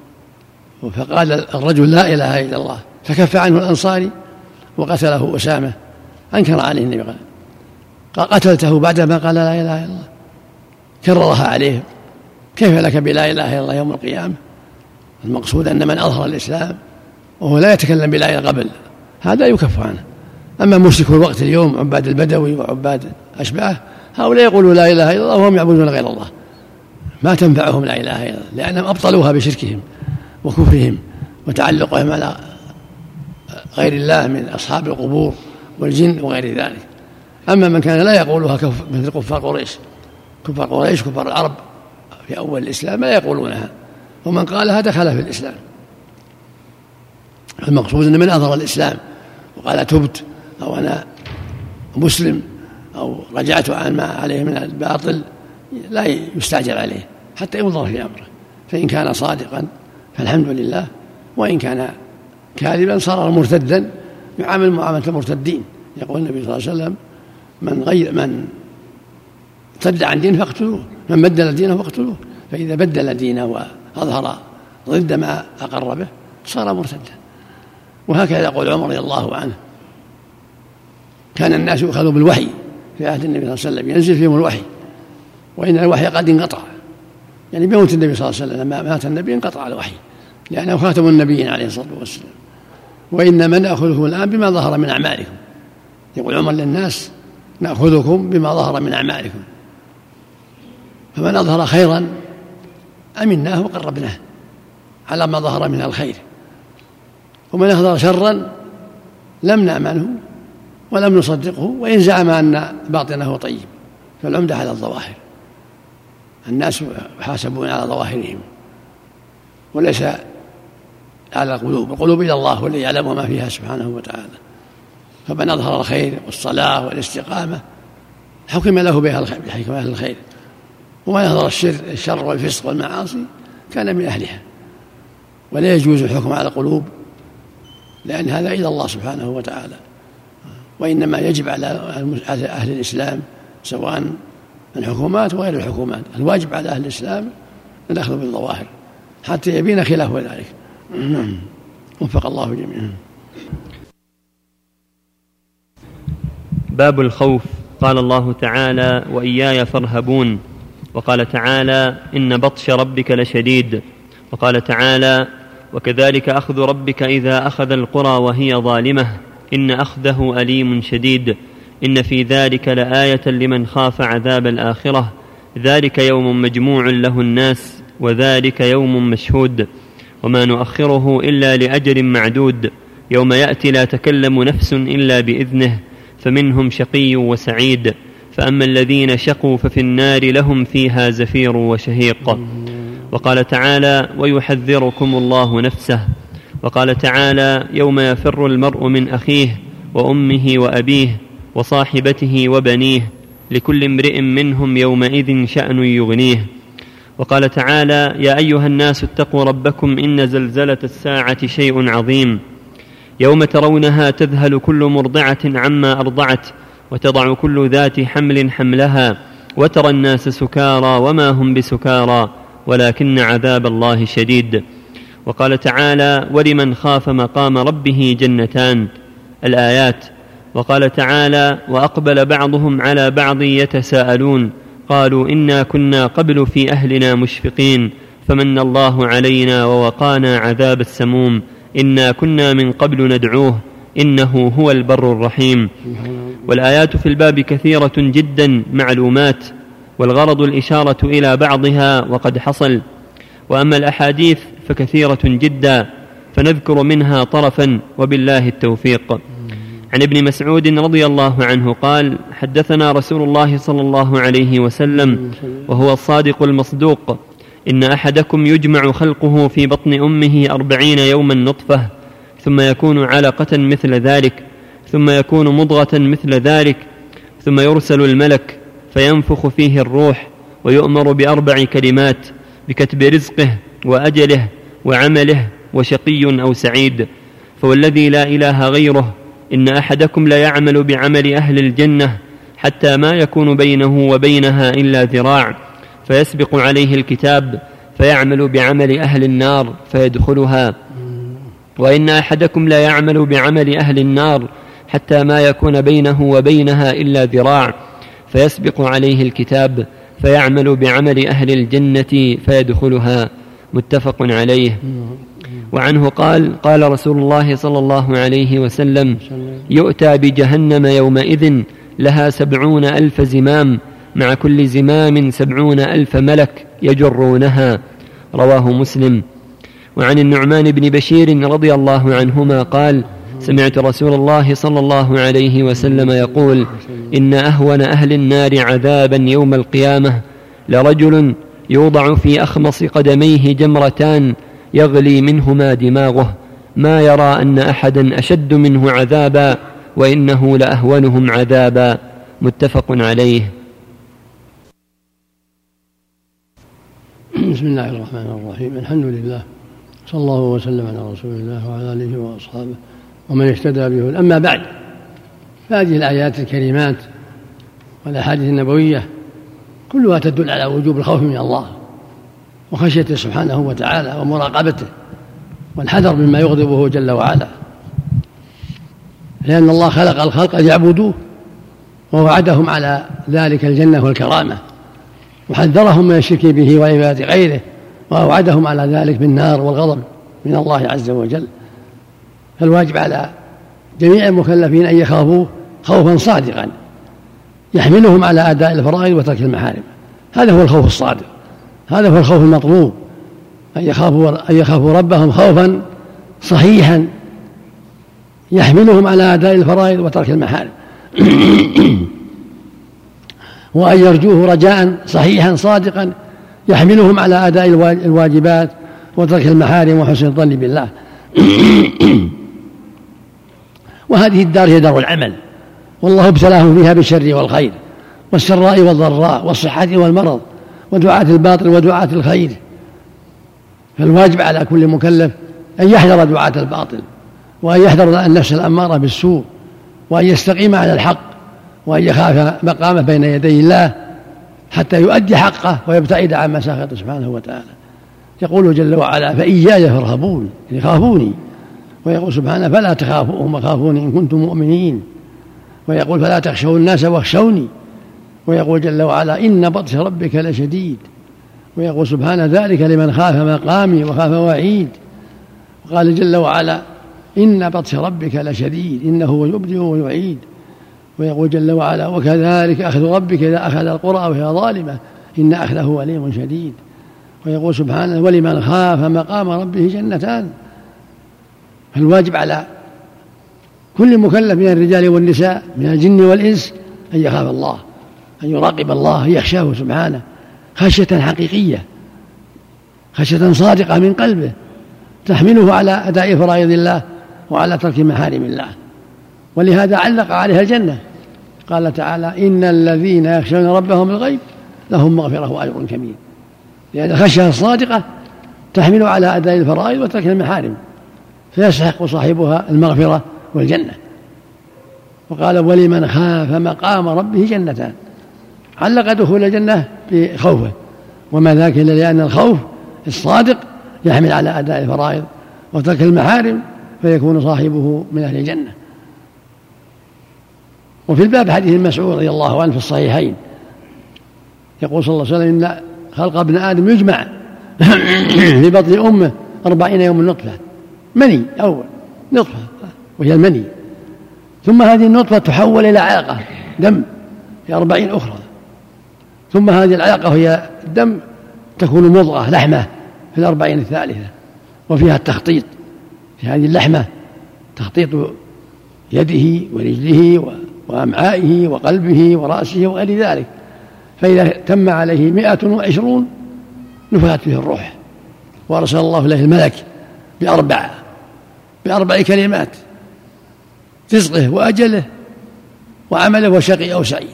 فقال الرجل لا إله إلا الله، فكف عنه الأنصاري وقتله أسامة. أنكر عليه النبي قال قتلته بعدما قال لا إله إلا الله، كررها عليه. كيف لك بلا إله إلا الله يوم القيامة؟ المقصود أن من أظهر الإسلام وهو لا يتكلم بلا إله قبل هذا يكف عنه. أما مشركو الوقت اليوم عباد البدوي وعباد أشباه هؤلاء يقولوا لا إله إلا الله وهم يعبدون غير الله، ما تنفعهم لا إله إلا الله لأنهم أبطلوها بشركهم وكفرهم وتعلقهم على غير الله من أصحاب القبور والجن وغير ذلك. أما من كان لا يقولها مثل كفار قريش كفار قريش كفار العرب في أول الإسلام لا يقولونها، ومن قالها دخل في الإسلام. المقصود أن من أظهر الإسلام وقال تبت أو أنا مسلم أو رجعت عن ما عليه من الباطل لا يستعجل عليه حتى ينظر في أمره، فإن كان صادقا فالحمد لله، وإن كان كاذبا صار مرتدا يعامل معاملة المرتدين. يقول النبي صلى الله عليه وسلم من غير من ارتد عن دينه فاقتلوه، من بدل دينه فاقتلوه. فإذا بدل دينه وأظهر ضد ما أقر به صار مرتدا. وهكذا يقول عمر رضي الله عنه: كان الناس يؤخذوا بالوحي في عهد النبي صلى الله عليه وسلم، ينزل فيهم الوحي، وإن الوحي قد انقطع، يعني بموت النبي صلى الله عليه وسلم لما مات النبي انقطع الوحي لأنه خاتم النبيين عليه الصلاة والسلام. وإنما نأخذكم الآن بما ظهر من أعمالكم، يقول عمر للناس: نأخذكم بما ظهر من أعمالكم، فمن أظهر خيرا أمناه وقربناه على ما ظهر من الخير، ومن أظهر شرا لم نأمنه ولم نصدقه وإن زعم أن باطنه طيب. فالعمدة على الظواهر، الناس يحاسبون على ظواهرهم وليس على القلوب، القلوب إلى الله والذي يعلم ما فيها سبحانه وتعالى. فمن أظهر الخير والصلاة والاستقامة حكم له بها بحكم أهل الخير، ومن أظهر الشر الشر والفسق والمعاصي كان من أهلها. ولا يجوز الحكم على القلوب لأن هذا إلى الله سبحانه وتعالى، وإنما يجب على أهل الإسلام سواء الحكومات وغير الحكومات، الواجب على أهل الإسلام الأخذ بالظواهر حتى يبين خلاف ذلك. وفق الله جميعا. باب الخوف. قال الله تعالى: وإياي فارهبون. وقال تعالى: إن بطش ربك لشديد. وقال تعالى: وكذلك أخذ ربك إذا أخذ القرى وهي ظالمة إن أخذه أليم شديد إن في ذلك لآية لمن خاف عذاب الآخرة ذلك يوم مجموع له الناس وذلك يوم مشهود وما نؤخره إلا لأجل معدود يوم يأتي لا تكلم نفس إلا بإذنه فمنهم شقي وسعيد فأما الذين شقوا ففي النار لهم فيها زفير وشهيق. وقال تعالى: ويحذركم الله نفسه. وقال تعالى: يوم يفر المرء من أخيه وأمه وأبيه وصاحبته وبنيه لكل امرئ منهم يومئذ شأن يغنيه. وقال تعالى: يا أيها الناس اتقوا ربكم إن زلزلة الساعة شيء عظيم يوم ترونها تذهل كل مرضعة عما أرضعت وتضع كل ذات حمل حملها وترى الناس سكارى وما هم بسكارى ولكن عذاب الله شديد. وقال تعالى: ولمن خاف مقام ربه جنتان الآيات. وقال تعالى: وأقبل بعضهم على بعض يتساءلون قالوا إنا كنا قبل في أهلنا مشفقين فمن الله علينا ووقانا عذاب السموم إنا كنا من قبل ندعوه إنه هو البر الرحيم. والآيات في الباب كثيرة جدا معلومات والغرض الإشارة إلى بعضها وقد حصل. وأما الأحاديث فكثيرة جدا فنذكر منها طرفا وبالله التوفيق. عن ابن مسعود رضي الله عنه قال: حدثنا رسول الله صلى الله عليه وسلم وهو الصادق المصدوق: إن أحدكم يجمع خلقه في بطن أمه أربعين يوما نطفة ثم يكون علقة مثل ذلك ثم يكون مضغة مثل ذلك ثم يرسل الملك فينفخ فيه الروح ويؤمر بأربع كلمات بكتب رزقه وأجله وعمله وشقي أو سعيد. فوالذي لا إله غيره إن أحدكم لا يعمل بعمل أهل الجنة حتى ما يكون بينه وبينها إلا ذراع فيسبق عليه الكتاب فيعمل بعمل أهل النار فيدخلها. وإن أحدكم لا يعمل بعمل أهل النار حتى ما يكون بينه وبينها إلا ذراع فيسبق عليه الكتاب فيعمل بعمل أهل الجنة فيدخلها. متفق عليه. وعنه قال: قال رسول الله صلى الله عليه وسلم: يؤتى بجهنم يومئذ لها سبعون ألف زمام مع كل زمام سبعون ألف ملك يجرونها. رواه مسلم. وعن النعمان بن بشير رضي الله عنهما قال: سمعت رسول الله صلى الله عليه وسلم يقول: إن أهون أهل النار عذابا يوم القيامة لرجل يوضع في أخمص قدميه جمرتان يغلي منهما دماغه ما يرى أن أحدا أشد منه عذابا وإنه لأهونهم عذابا. متفق عليه. بسم الله الرحمن الرحيم. الحمد لله صلى الله وسلم على رسول الله وعلى آله وأصحابه ومن اهتدى به. أما بعد، فهذه الآيات الكريمات والأحاديث النبوية كلها تدل على وجوب الخوف من الله وخشيته سبحانه وتعالى ومراقبته والحذر مما يغضبه جل وعلا لأن الله خلق الخلق ليعبدوه، ووعدهم على ذلك الجنة والكرامة، وحذرهم من الشرك به وعبادة غيره، ووعدهم على ذلك بالنار والغضب من الله عز وجل. فالواجب على جميع المكلفين أن يخافوه خوفا صادقا يحملهم على أداء الفرائض وترك المحارم. هذا هو الخوف الصادق، هذا هو الخوف المطلوب، أن يخافوا, أن يخافوا ربهم خوفا صحيحا يحملهم على أداء الفرائض وترك المحارم وأن يرجوه رجاء صحيحا صادقا يحملهم على أداء الواجبات وترك المحارم وحسن الظن بالله. وهذه الدار هي دار العمل، والله ابتلاهم فيها بالشر والخير والسراء والضراء والصحة والمرض ودعاة الباطل ودعاة الخير. فالواجب على كل مكلف أن يحذر دعاة الباطل، وأن يحذر النفس الأمارة بالسوء، وأن يستقيم على الحق، وأن يخاف مقامه بين يدي الله حتى يؤدي حقه ويبتعد عن مساخطه سبحانه وتعالى. يقول جل وعلا: فإياي فارهبون، يعني خافوني. ويقول سبحانه: فلا تخافوهم وخافوني إن كنتم مؤمنين. ويقول: فلا تخشوا الناس واخشوني. ويقول جل وعلا: إن بطش ربك لشديد. ويقول سبحانه: ذلك لمن خاف مقامي وخاف وعيد. وقال جل وعلا: إن بطش ربك لشديد إنه يبدئ ويعيد. ويقول جل وعلا: وكذلك أخذ ربك إذا أخذ القرى وهي ظالمة إن أخذه أليم شديد. ويقول سبحانه: ولمن خاف مقام ربه جنتان. فالواجب على كل مكلف من الرجال والنساء من الجن والإنس أن يخاف الله، أن يراقب الله، يخشاه سبحانه خشية حقيقية، خشية صادقة من قلبه تحمله على أداء فرائض الله وعلى ترك محارم الله. ولهذا علق عليها الجنة، قال تعالى: إن الذين يخشون ربهم بالغيب لهم مغفرة وأجر كبير. لأن الخشية الصادقة تحمل على أداء الفرائض وترك المحارم، فيستحق صاحبها المغفرة والجنة. وقال: ولمن خاف مقام ربه جنتان. علق دخول الجنة بخوفه، وما ذاك إلا لأن الخوف الصادق يحمل على أداء الفرائض وترك المحارم فيكون صاحبه من أهل الجنة. وفي الباب حديث مسعود رضي الله عنه في الصحيحين يقول صلى الله عليه وسلم: إن خلق ابن آدم يجمع في بطن أمه أربعين يوم نطفة، مني أول نطفة وهي المني، ثم هذه النطفة تحول إلى علقة دم في أربعين أخرى، ثم هذه العلقة وهي الدم تكون مضغة لحمة في الأربعين الثالثة، وفيها التخطيط في هذه اللحمة، تخطيط يده ورجله وأمعائه وقلبه ورأسه وغير ذلك. فإذا تم عليه مئة وعشرون نفخت فيه الروح، وأرسل الله إليه الملك بأربع بأربع كلمات: رزقه وأجله وعمله وشقي أو سعيد.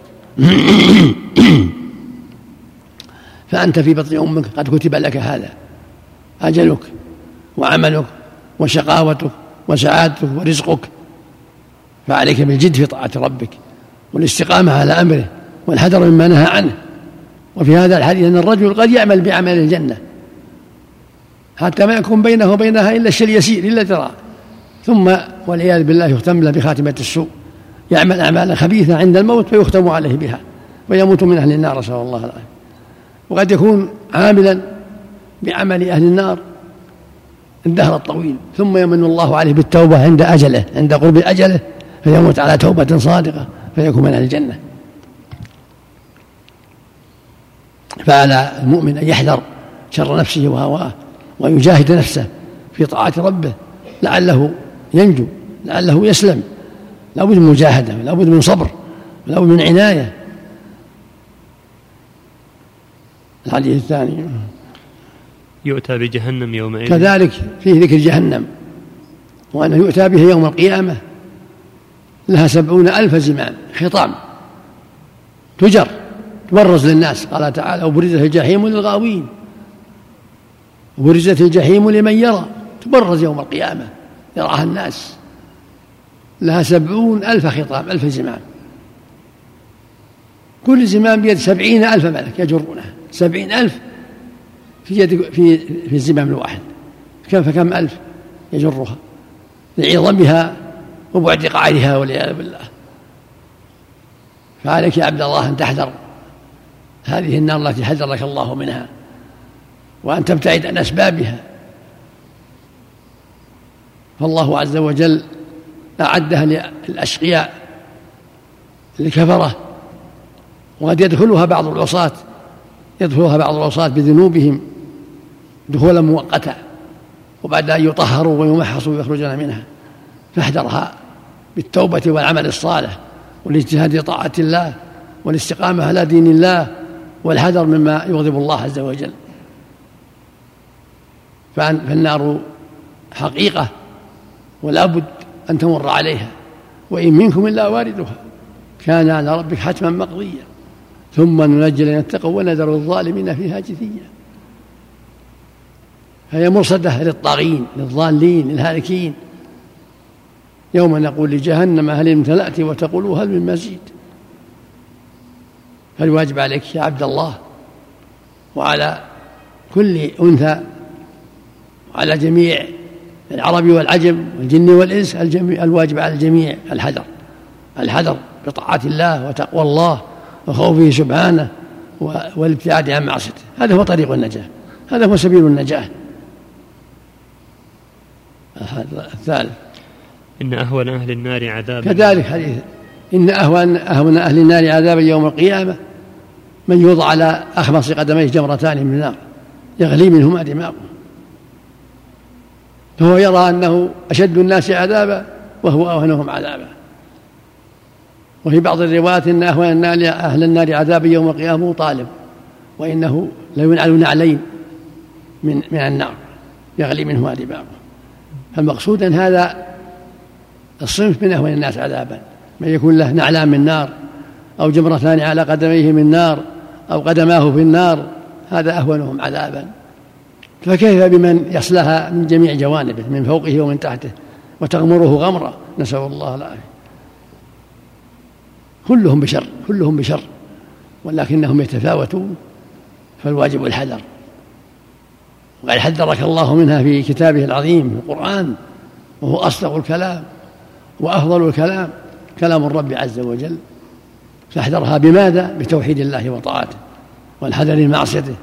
فأنت في بطن أمك قد كتب لك هذا، أجلك وعملك وشقاوتك وسعادتك ورزقك، فعليك بالجد في طاعة ربك والاستقامة على أمره والحذر مما نهى عنه. وفي هذا الحديث أن الرجل قد يعمل بعمل الجنة حتى ما يكون بينه وبينها إلا الشيء اليسير إلا ترى، ثم والعياذ بالله يختم له بخاتمة السوء، يعمل أعمالا خبيثة عند الموت فيختم عليه بها ويموت من أهل النار، نسأل الله العافية. وقد يكون عاملا بعمل أهل النار الدهر الطويل، ثم يمن الله عليه بالتوبة عند أجله، عند قرب أجله، فيموت على توبة صادقة فيكون من أهل الجنة. فعلى المؤمن أن يحذر شر نفسه وهواه، وأن يجاهد نفسه في طاعة ربه لعله ينجو، لعله يسلم. لا بد من مجاهدة، لا بد من صبر، لا بد من عناية. الحديث الثاني: يؤتى بجهنم يومئذ. كذلك فيه ذكر جهنم، وأنه يؤتى به يوم القيامة لها سبعون ألف زمام خطام تجر تبرز للناس. قال تعالى: وبرزت الجحيم للغاوين، وبرزت الجحيم لمن يرى، تبرز يوم القيامة يراها الناس، لها سبعون ألف خطام، ألف زمام، كل زمام بيد سبعين ألف ملك يجرونها، سبعين ألف في يد في في الزمام الواحد، كم فكم ألف يجرها لعظمها وبعد قعرها والعياذ بالله. فعليك يا عبد الله أن تحذر هذه النار التي حذرك الله منها، وأن تبتعد عن أسبابها، فالله عز وجل أعدها للأشقياء الكفرة، وقد يدخلها بعض العصاة يدخلها بعض العصاة بذنوبهم دخولا مؤقتا، وبعد أن يطهروا ويمحصوا ويخرجون منها. فاحذرها بالتوبة والعمل الصالح والاجتهاد لطاعة الله والاستقامة على دين الله والحذر مما يغضب الله عز وجل. فالنار حقيقة ولا بد أن تمر عليها، وإن منكم إلا واردها كان على ربك حتما مقضيا ثم ننجي الذين اتقوا ونذر الظالمين فيها جثيا. فهي مرصدة للطاغين للضالين للهالكين. يوم نقول لجهنم هل امتلأت وتقول هل من مزيد. فالواجب عليك يا عبد الله وعلى كل أنثى وعلى جميع العرب والعجم والجن والإنس الواجب على الجميع الحذر الحذر بطاعة الله وتقوى الله وخوفه سبحانه والابتعاد عن معصيته. هذا هو طريق النجاة، هذا هو سبيل النجاة. الثالث إن أهون أهل النار عذابا، كذلك حديث إن أهون أهون أهل النار عذابا يوم القيامة من يوضع على أخمص قدميه جمرتان من النار يغلي منهما دماغه، فهو يرى أنه أشد الناس عذابا وهو أهونهم عذابا. وفي بعض الروايات إن أهون أهل النار عذابا يوم القيامة أبو طالب، وإنه لينعل نعلين من, من النار يغلي منهما دماغه. فالمقصود أن هذا الصنف من أهون الناس عذابا من يكون له نعلان من نار أو جمرتان على قدميه من نار أو قدماه في النار، هذا أهونهم عذابا. فكيف بمن يصلها من جميع جوانبه من فوقه ومن تحته وتغمره غمرة، نسأل الله العافية. كلهم بشر كلهم بشر ولكنهم يتفاوتون، فالواجب الحذر. وقد حذرك الله منها في كتابه العظيم في القرآن، وهو أصدق الكلام وأفضل الكلام كلام الرب عز وجل. فاحذرها بماذا؟ بتوحيد الله وطاعته والحذر من معصيته.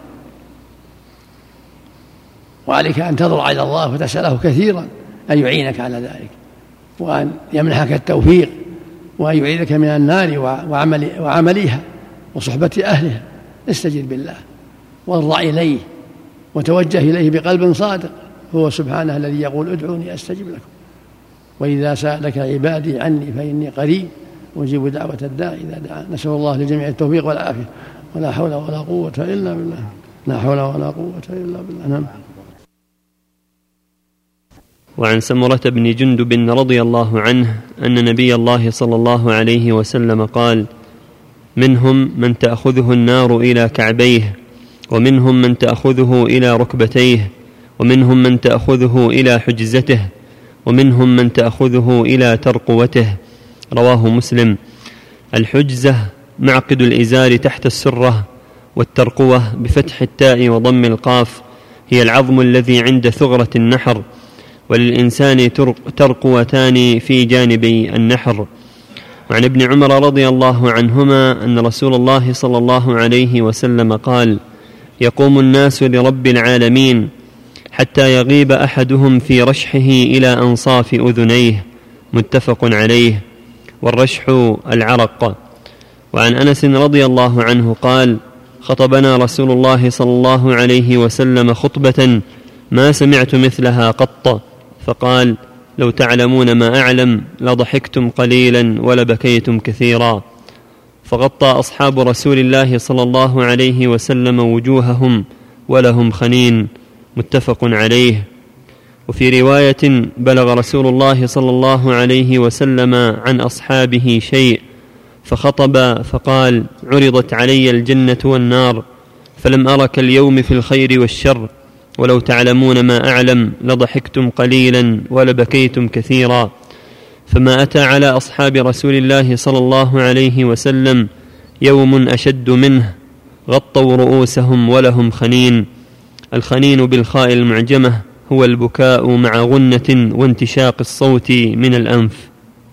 وعليك أن تضرع إلى الله وتسأله كثيرا أن يعينك على ذلك، وأن يمنحك التوفيق، وأن يعيذك من النار وعمل وعمليها وصحبة أهلها. استجب بالله وارضع إليه وتوجه إليه بقلب صادق، هو سبحانه الذي يقول ادعوني أستجب لكم، وإذا سألك عبادي عني فإني قريب أجيب دعوة الداعي إذا دعا. نسأل الله لجميع التوفيق والعافية، ولا حول ولا قوة إلا بالله، لا حول ولا قوة إلا بالله. نعم. وعن سمرة بن جندب رضي الله عنه أن نبي الله صلى الله عليه وسلم قال: منهم من تأخذه النار إلى كعبيه، ومنهم من تأخذه إلى ركبتيه، ومنهم من تأخذه إلى حجزته، ومنهم من تأخذه إلى ترقوته. رواه مسلم. الحجزة معقد الإزار تحت السرة، والترقوة بفتح التاء وضم القاف هي العظم الذي عند ثغرة النحر، وللإنسان ترقوتان في جانبي النحر. وعن ابن عمر رضي الله عنهما أن رسول الله صلى الله عليه وسلم قال: يقوم الناس لرب العالمين حتى يغيب أحدهم في رشحه إلى أنصاف أذنيه. متفق عليه. والرشح العرق. وعن أنس رضي الله عنه قال: خطبنا رسول الله صلى الله عليه وسلم خطبة ما سمعت مثلها قط، فقال: لو تعلمون ما أعلم لضحكتم قليلا ولبكيتم كثيرا. فغطى أصحاب رسول الله صلى الله عليه وسلم وجوههم ولهم خنين. متفق عليه. وفي رواية: بلغ رسول الله صلى الله عليه وسلم عن أصحابه شيء فخطب فقال: عرضت علي الجنة والنار فلم أرك اليوم في الخير والشر، ولو تعلمون ما أعلم لضحكتم قليلا ولبكيتم كثيرا. فما أتى على أصحاب رسول الله صلى الله عليه وسلم يوم أشد منه، غطوا رؤوسهم ولهم خنين. الخنين بالخاء المعجمة هو البكاء مع غنة وانتشاق الصوت من الأنف.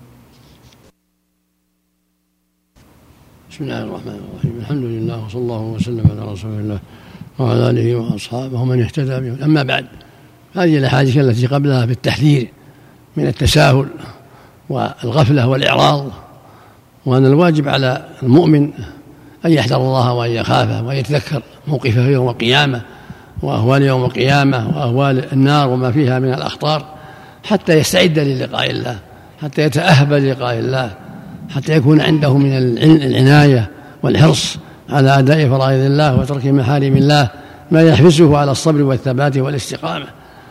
بسم الله الرحمن الرحيم. الحمد لله وصلى الله وسلم على رسول الله وعلى آله وأصحابه ومن اهتدى بهم. أما بعد، هذه الأحاديث التي قبلها بالتحذير من التساهل والغفلة والإعراض، وأن الواجب على المؤمن أن يحذر الله وأن يخافه وأن يتذكر موقفه يوم القيامة وأهوال يوم القيامة وأهوال النار وما فيها من الأخطار، حتى يستعد للقاء الله، حتى يتأهب للقاء الله، حتى يكون عنده من العناية والحرص على أداء فرائض الله وترك محارم الله ما يحبسه على الصبر والثبات والاستقامة.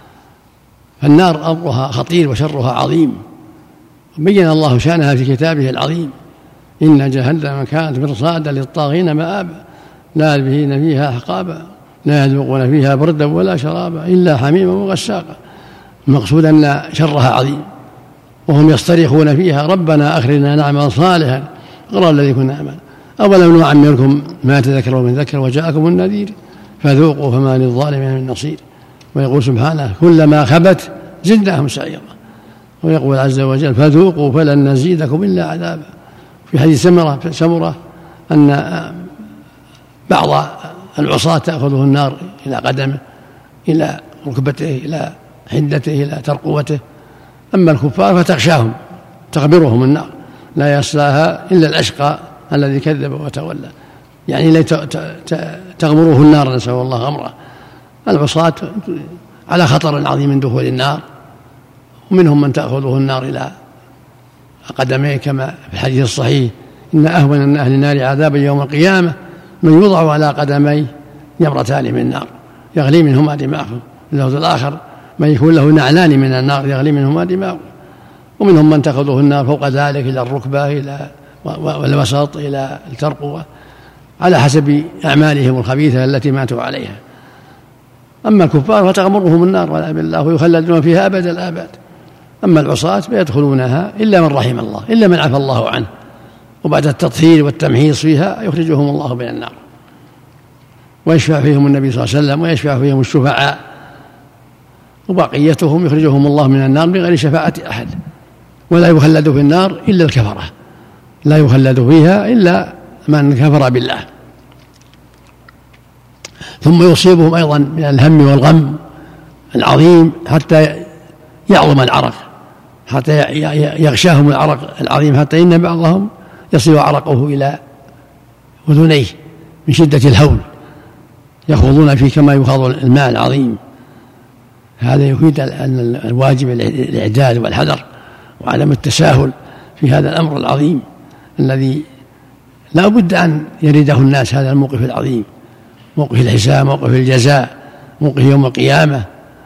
فالنار أمرها خطير وشرها عظيم، بين الله شأنها في كتابه العظيم: إن جهنم كانت مرصادا للطاغين مآبا لا يلبثون فيها أحقابا لا يذوقون فيها بردا ولا شرابا إلا حميما وغساقا. المقصود أن شرها عظيم، وهم يصطرخون فيها: ربنا أخرجنا نعمل صالحا غير الذي كنا نعمل أولم نعمركم ما تذكروا من ذكر وجاءكم النذير فذوقوا فما للظالمين من نصير. ويقول سبحانه: كلما خبت زدناهم سعيرا. ويقول عز وجل: فذوقوا فلن نزيدكم إلا عذابا. في حديث سمرة سمرة أن بعض العصاة تأخذه النار إلى قدمه، إلى ركبته، إلى حدته، إلى ترقوته. أما الكفار فتغشاهم تغبرهم النار، لا يصلاها إلا الأشقى الذي كذب وتولى، يعني لا تغمره النار، نسأل الله غمره. العصاة على خطر عظيم من دخول النار، ومنهم من تأخذه النار إلى قدميه، كما في الحديث الصحيح: إن أهون أهل النار عذابا يوم القيامة من يوضع على قدميه جمرتان من النار يغلي منهما دماغه. اللفظ الآخر: من يكون له نعلان من النار يغلي منهما دماغه. ومنهم من تأخذه النار فوق ذلك إلى الركبة إلى والوسط إلى الترقوة، على حسب أعمالهم الخبيثة التي ماتوا عليها. أما الكفار فتغمرهم النار والعياذ بالله ويخلدون فيها أبد الآباد. أما العصاة فيدخلونها إلا من رحم الله، إلا من عفى الله عنه، وبعد التطهير والتمحيص فيها يخرجهم الله من النار، ويشفع فيهم النبي صلى الله عليه وسلم، ويشفع فيهم الشفعاء، وبقيتهم يخرجهم الله من النار بغير شفاعة أحد. ولا يخلد في النار إلا الكفرة، لا يخلد فيها إلا من كفر بالله. ثم يصيبهم أيضا من الهم والغم العظيم حتى يعظم العرق، حتى يغشاهم العرق العظيم، حتى إن بعضهم يصل عرقه إلى أذنيه من شدة الهول، يخوضون فيه كما يخاض الماء العظيم. هذا يفيد أن الواجب الإعداد والحذر وعدم التساهل في هذا الأمر العظيم الذي لا بد أن يريده الناس. هذا الموقف العظيم، موقف الحساب، موقف الجزاء، موقف يوم القيامة،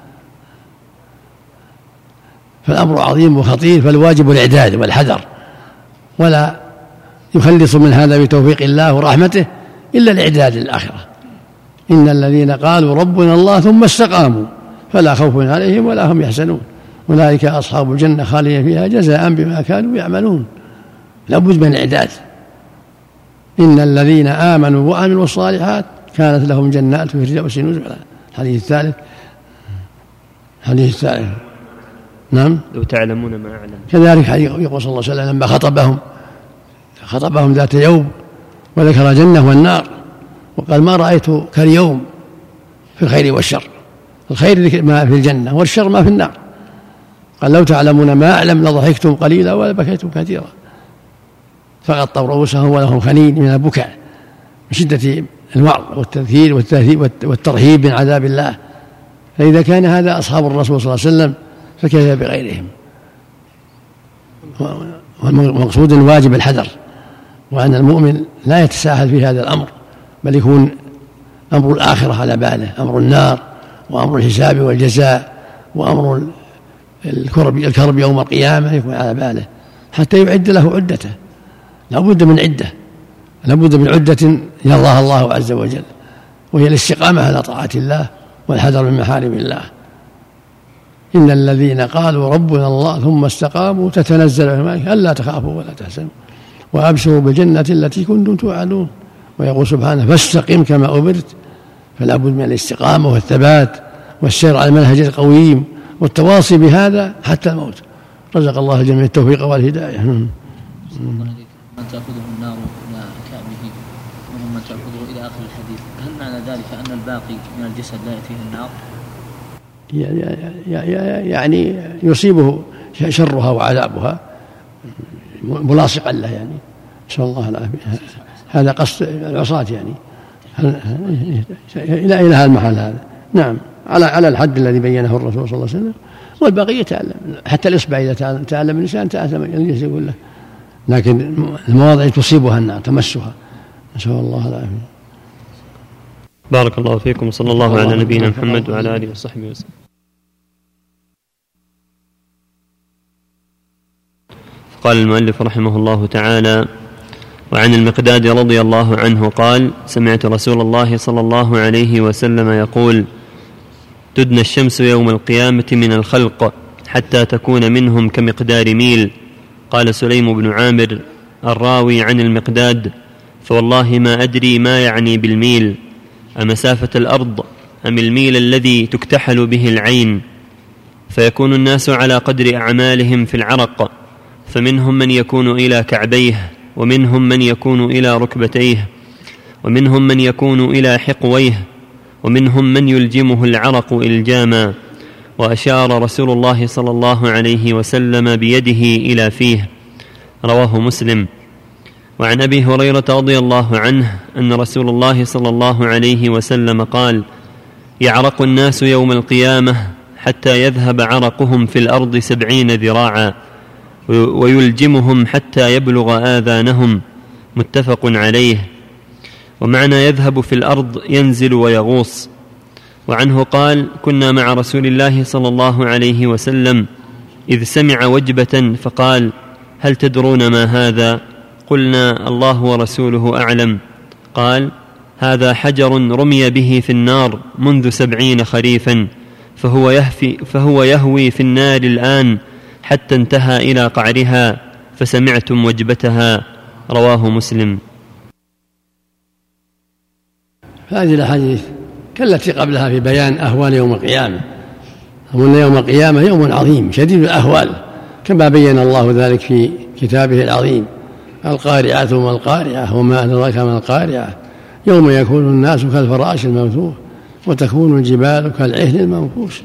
فالأمر عظيم وخطير، فالواجب الإعداد والحذر، ولا يخلص من هذا بتوفيق الله ورحمته إلا الإعداد للآخرة. إن الذين قالوا ربنا الله ثم استقاموا فلا خوف عليهم ولا هم يحزنون أولئك أصحاب الجنة خالدين فيها جزاء بما كانوا يعملون. لا بد من الإعداد. إن الذين آمنوا وعملوا الصالحات كانت لهم جنات في الفردوس نزلا. الحديث الثالث الحديث الثالث نعم لو تعلمون ما أعلم. كذلك يقول صلى الله عليه وسلم لما خطبهم خطبهم ذات يوم وذكر الجنة والنار وقال: ما رأيت كاليوم في الخير والشر. الخير ما في الجنة والشر ما في النار. قال: لو تعلمون ما أعلم لضحكتم قليلا ولبكيتم كثيرا. فغطوا رؤوسهم ولهم خنين من البكاء من شدة الوعظ والتذكير والترهيب من عذاب الله. فإذا كان هذا أصحاب الرسول صلى الله عليه وسلم فكيف بغيرهم؟ والمقصود الواجب الحذر، وأن المؤمن لا يتساهل في هذا الأمر، بل يكون أمر الآخرة على باله، أمر النار وأمر الحساب والجزاء وأمر الكرب, الكرب يوم القيامة يكون على باله، حتى يعد له عدته. لا بد من عدة، لا بد من عدة يرضاها الله عز وجل، وهي الاستقامة على طاعة الله والحذر من محارم الله. إن الذين قالوا ربنا الله ثم استقاموا تتنزل عليهم ألا تخافوا ولا تحزنوا وأبشروا بالجنة التي كنتم توعدون. ويقول سبحانه: فاستقم كما أمرت. فلا بد من الاستقامة والثبات والسير على المنهج القويم والتواصي بهذا حتى الموت. رزق الله الجميع التوفيق والهداية. من تأخذه النار إلى كعبه آخر الحديث هل معنى ذلك أن الباقي من الجسد لا يأتيه النار؟ يعني يصيبه شرها وعذابها ملاصقا له، يعني نسأل الله العافية. هذا قصد العصاة يعني إلى إلى هذا المحل هذا. نعم، على على الحد الذي بينه الرسول صلى الله عليه وسلم، والباقي يتألم، حتى الإصبع إذا تألم الإنسان تألم الجسد كله، لكن المواضع تصيبها النار تمسها، نسأل الله العافية. بارك الله فيكم، وصلى الله على نبينا محمد وعلى آله وصحبه وسلم. قال المؤلف رحمه الله تعالى: وعن المقداد رضي الله عنه قال: سمعت رسول الله صلى الله عليه وسلم يقول: تدنى الشمس يوم القيامة من الخلق حتى تكون منهم كمقدار ميل. قال سليم بن عامر الراوي عن المقداد: فوالله ما أدري ما يعني بالميل، أمسافة الأرض أم الميل الذي تكتحل به العين؟ فيكون الناس على قدر أعمالهم في العرق، فمنهم من يكون إلى كعبيه، ومنهم من يكون إلى ركبتيه، ومنهم من يكون إلى حقويه، ومنهم من يلجمه العرق إلجاما. وأشار رسول الله صلى الله عليه وسلم بيده إلى فيه. رواه مسلم. وعن أبي هريرة رضي الله عنه أن رسول الله صلى الله عليه وسلم قال: يعرق الناس يوم القيامة حتى يذهب عرقهم في الأرض سبعين ذراعا، ويلجمهم حتى يبلغ آذانهم. متفق عليه. ومعنى يذهب في الأرض ينزل ويغوص. وعنه قال: كنا مع رسول الله صلى الله عليه وسلم إذ سمع وجبة فقال: هل تدرون ما هذا؟ قلنا: الله ورسوله أعلم. قال: هذا حجر رمي به في النار منذ سبعين خريفا، فهو, يهفي فهو يهوي في النار الآن حتى انتهى إلى قعرها، فسمعتم وجبتها. رواه مسلم. هذه الأحاديث كالتي قبلها في بيان أهوال يوم القيامة، وأن يوم القيامة يوم عظيم شديد الأهوال، كما بين الله ذلك في كتابه العظيم: القارعة وما القارعة وما أدراك ما القارعة، يوم يكون الناس كالفراش المبثوث وتكون الجبال كالعهن المنفوش.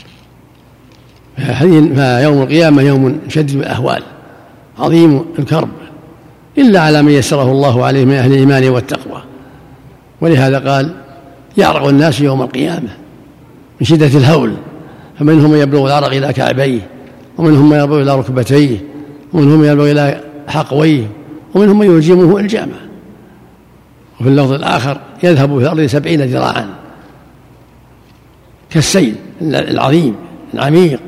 فيوم القيامة يوم شديد الأهوال عظيم الكرب، إلا على من يسره الله عليه من أهل الإيمان والتقوى. ولهذا قال: يعرق الناس يوم القيامة من شدة الهول، فمنهم من يبلغ العرق إلى كعبيه، ومنهم من يبلغ إلى ركبتيه، ومنهم من يبلغ إلى حقويه، ومنهم من يلجمه الجامة. وفي اللفظ الآخر: يذهب في الأرض سبعين ذراعا، كالسيل العظيم العميق.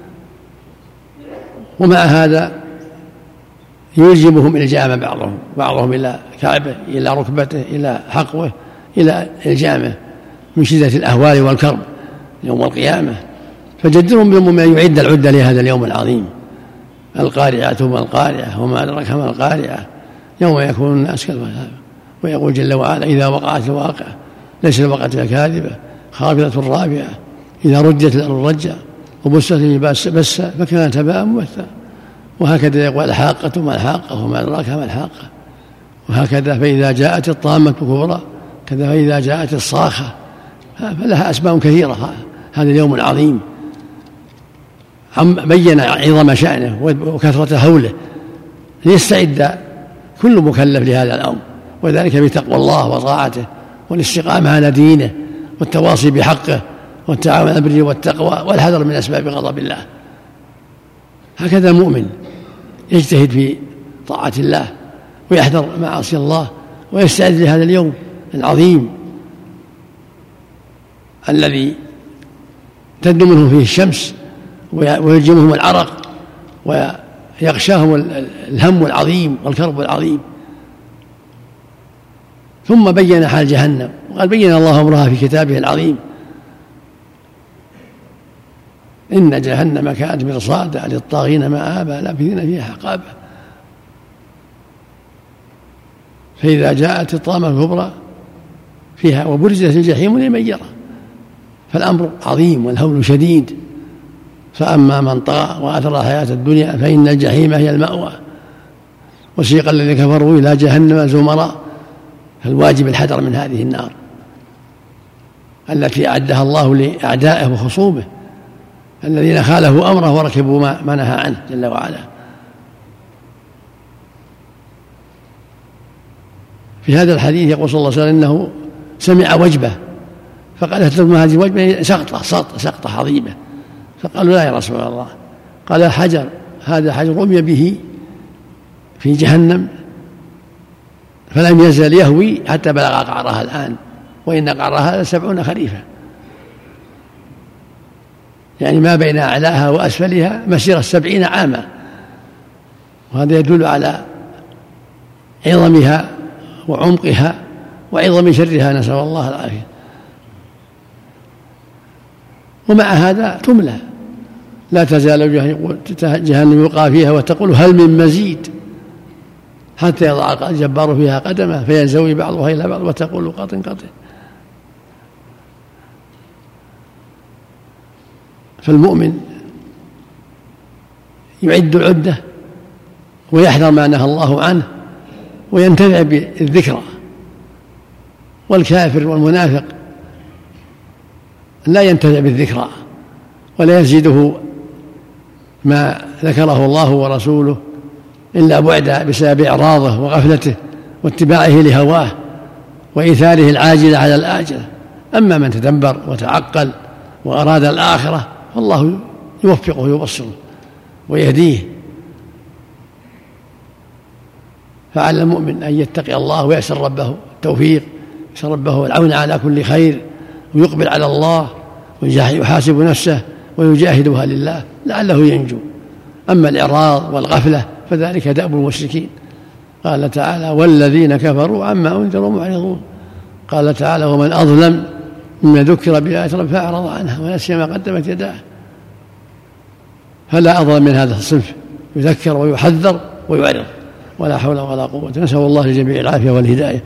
ومع هذا يلجمهم الجامة، بعضهم بعضهم إلى كعبه، إلى ركبته، إلى حقوه، إلى الجامة، من شدة الأهوال والكرب يوم القيامة. فجدرهم بهم أن يعد العدة لهذا اليوم العظيم. القارعة ما القارعة وما أدراك ما القارعة، يوم يكون الناس كالفراش. ويقول جل وعلا: إذا وقعت الواقعة ليس وقعتها كاذبة خافضة رافعة، إذا رجت الأرض رجا وبست الجبال بسا فكانت هباء منبثا. وهكذا يقول: الحاقة ما الحاقة وما أدراك ما الحاقة. وهكذا فإذا جاءت الطامة الكبرى، كذا فإذا جاءت الصاخة. فلها أسباب كثيرة هذا اليوم العظيم، بين عظم شأنه وكثرة هوله، ليستعد كل مكلف لهذا الأمر، وذلك بتقوى الله وطاعته والاستقامة على دينه والتواصي بحقه والتعاون على البر والتقوى والحذر من أسباب غضب الله. هكذا المؤمن يجتهد في طاعة الله ويحذر معاصي الله ويستعد لهذا اليوم العظيم الذي تدنو منه فيه الشمس ويلجمهم العرق ويغشاهم الهم العظيم والكرب العظيم. ثم بين حال جهنم، وقال: بين الله أمرها في كتابه العظيم: إن جهنم كانت مرصادا للطاغين مآبا لافثين فيها أحقابا. فإذا جاءت الطامة الكبرى فيها وبرزت الجحيم لمن يرى. فالأمر عظيم والهول شديد. فأما من طغى وآثر الحياة الدنيا فإن الجحيم هي المأوى. وسيق الذين كفروا إلى جهنم زمرا فالواجب الحذر من هذه النار التي أعدها الله لأعدائه وخصومه الذين خالفوا أمره وركبوا ما نهى عنه جل وعلا. في هذا الحديث يقول صلى الله عليه وسلم إنه سمع وجبة فقال أتلكم هذه الوجبة سقطة سقطة سقطة عظيمة، فقالوا لا يا رسول الله، قال حجر، هذا حجر رمي به في جهنم فلم يزل يهوي حتى بلغ قعرها الآن، وإن قعرها سبعون خريفا، يعني ما بين أعلاها وأسفلها مسيرة سبعين عاما، وهذا يدل على عظمها وعمقها وعظم شرها، نسأل الله العافية. ومع هذا تملى، لا تزال جهنم يلقى فيها وتقول هل من مزيد، حتى يضع الجبار فيها قدمه فينزوي بعضها إلى بعض وتقول قط قط. فالمؤمن يعد العدة ويحذر ما نهى الله عنه وينتفع بالذكرى، والكافر والمنافق لا ينتفع بالذكرى ولا يزيده ما ذكره الله ورسوله إلا بعدا بسبب إعراضه وغفلته واتباعه لهواه وإيثاره العاجلة على الآجلة. أما من تدبر وتعقل وأراد الآخرة فالله يوفقه ويبصره ويهديه. فعلى المؤمن أن يتقي الله ويسأل ربه التوفيق، يسأل ربه العون على كل خير، ويقبل على الله ويحاسب نفسه ويجاهدها لله لعله ينجو. أما الإعراض والغفلة فذلك دأب المشركين. قال تعالى والذين كفروا عما أنذروا معرضون. قال تعالى ومن أظلم مما ذكر بآيات ربه فأعرض عنها ونسي ما قدمت يداه. فلا أظلم من هذا الصنف، يذكر ويحذر ويعرض، ولا حول ولا قوة. نسأل الله لجميع العافية والهداية.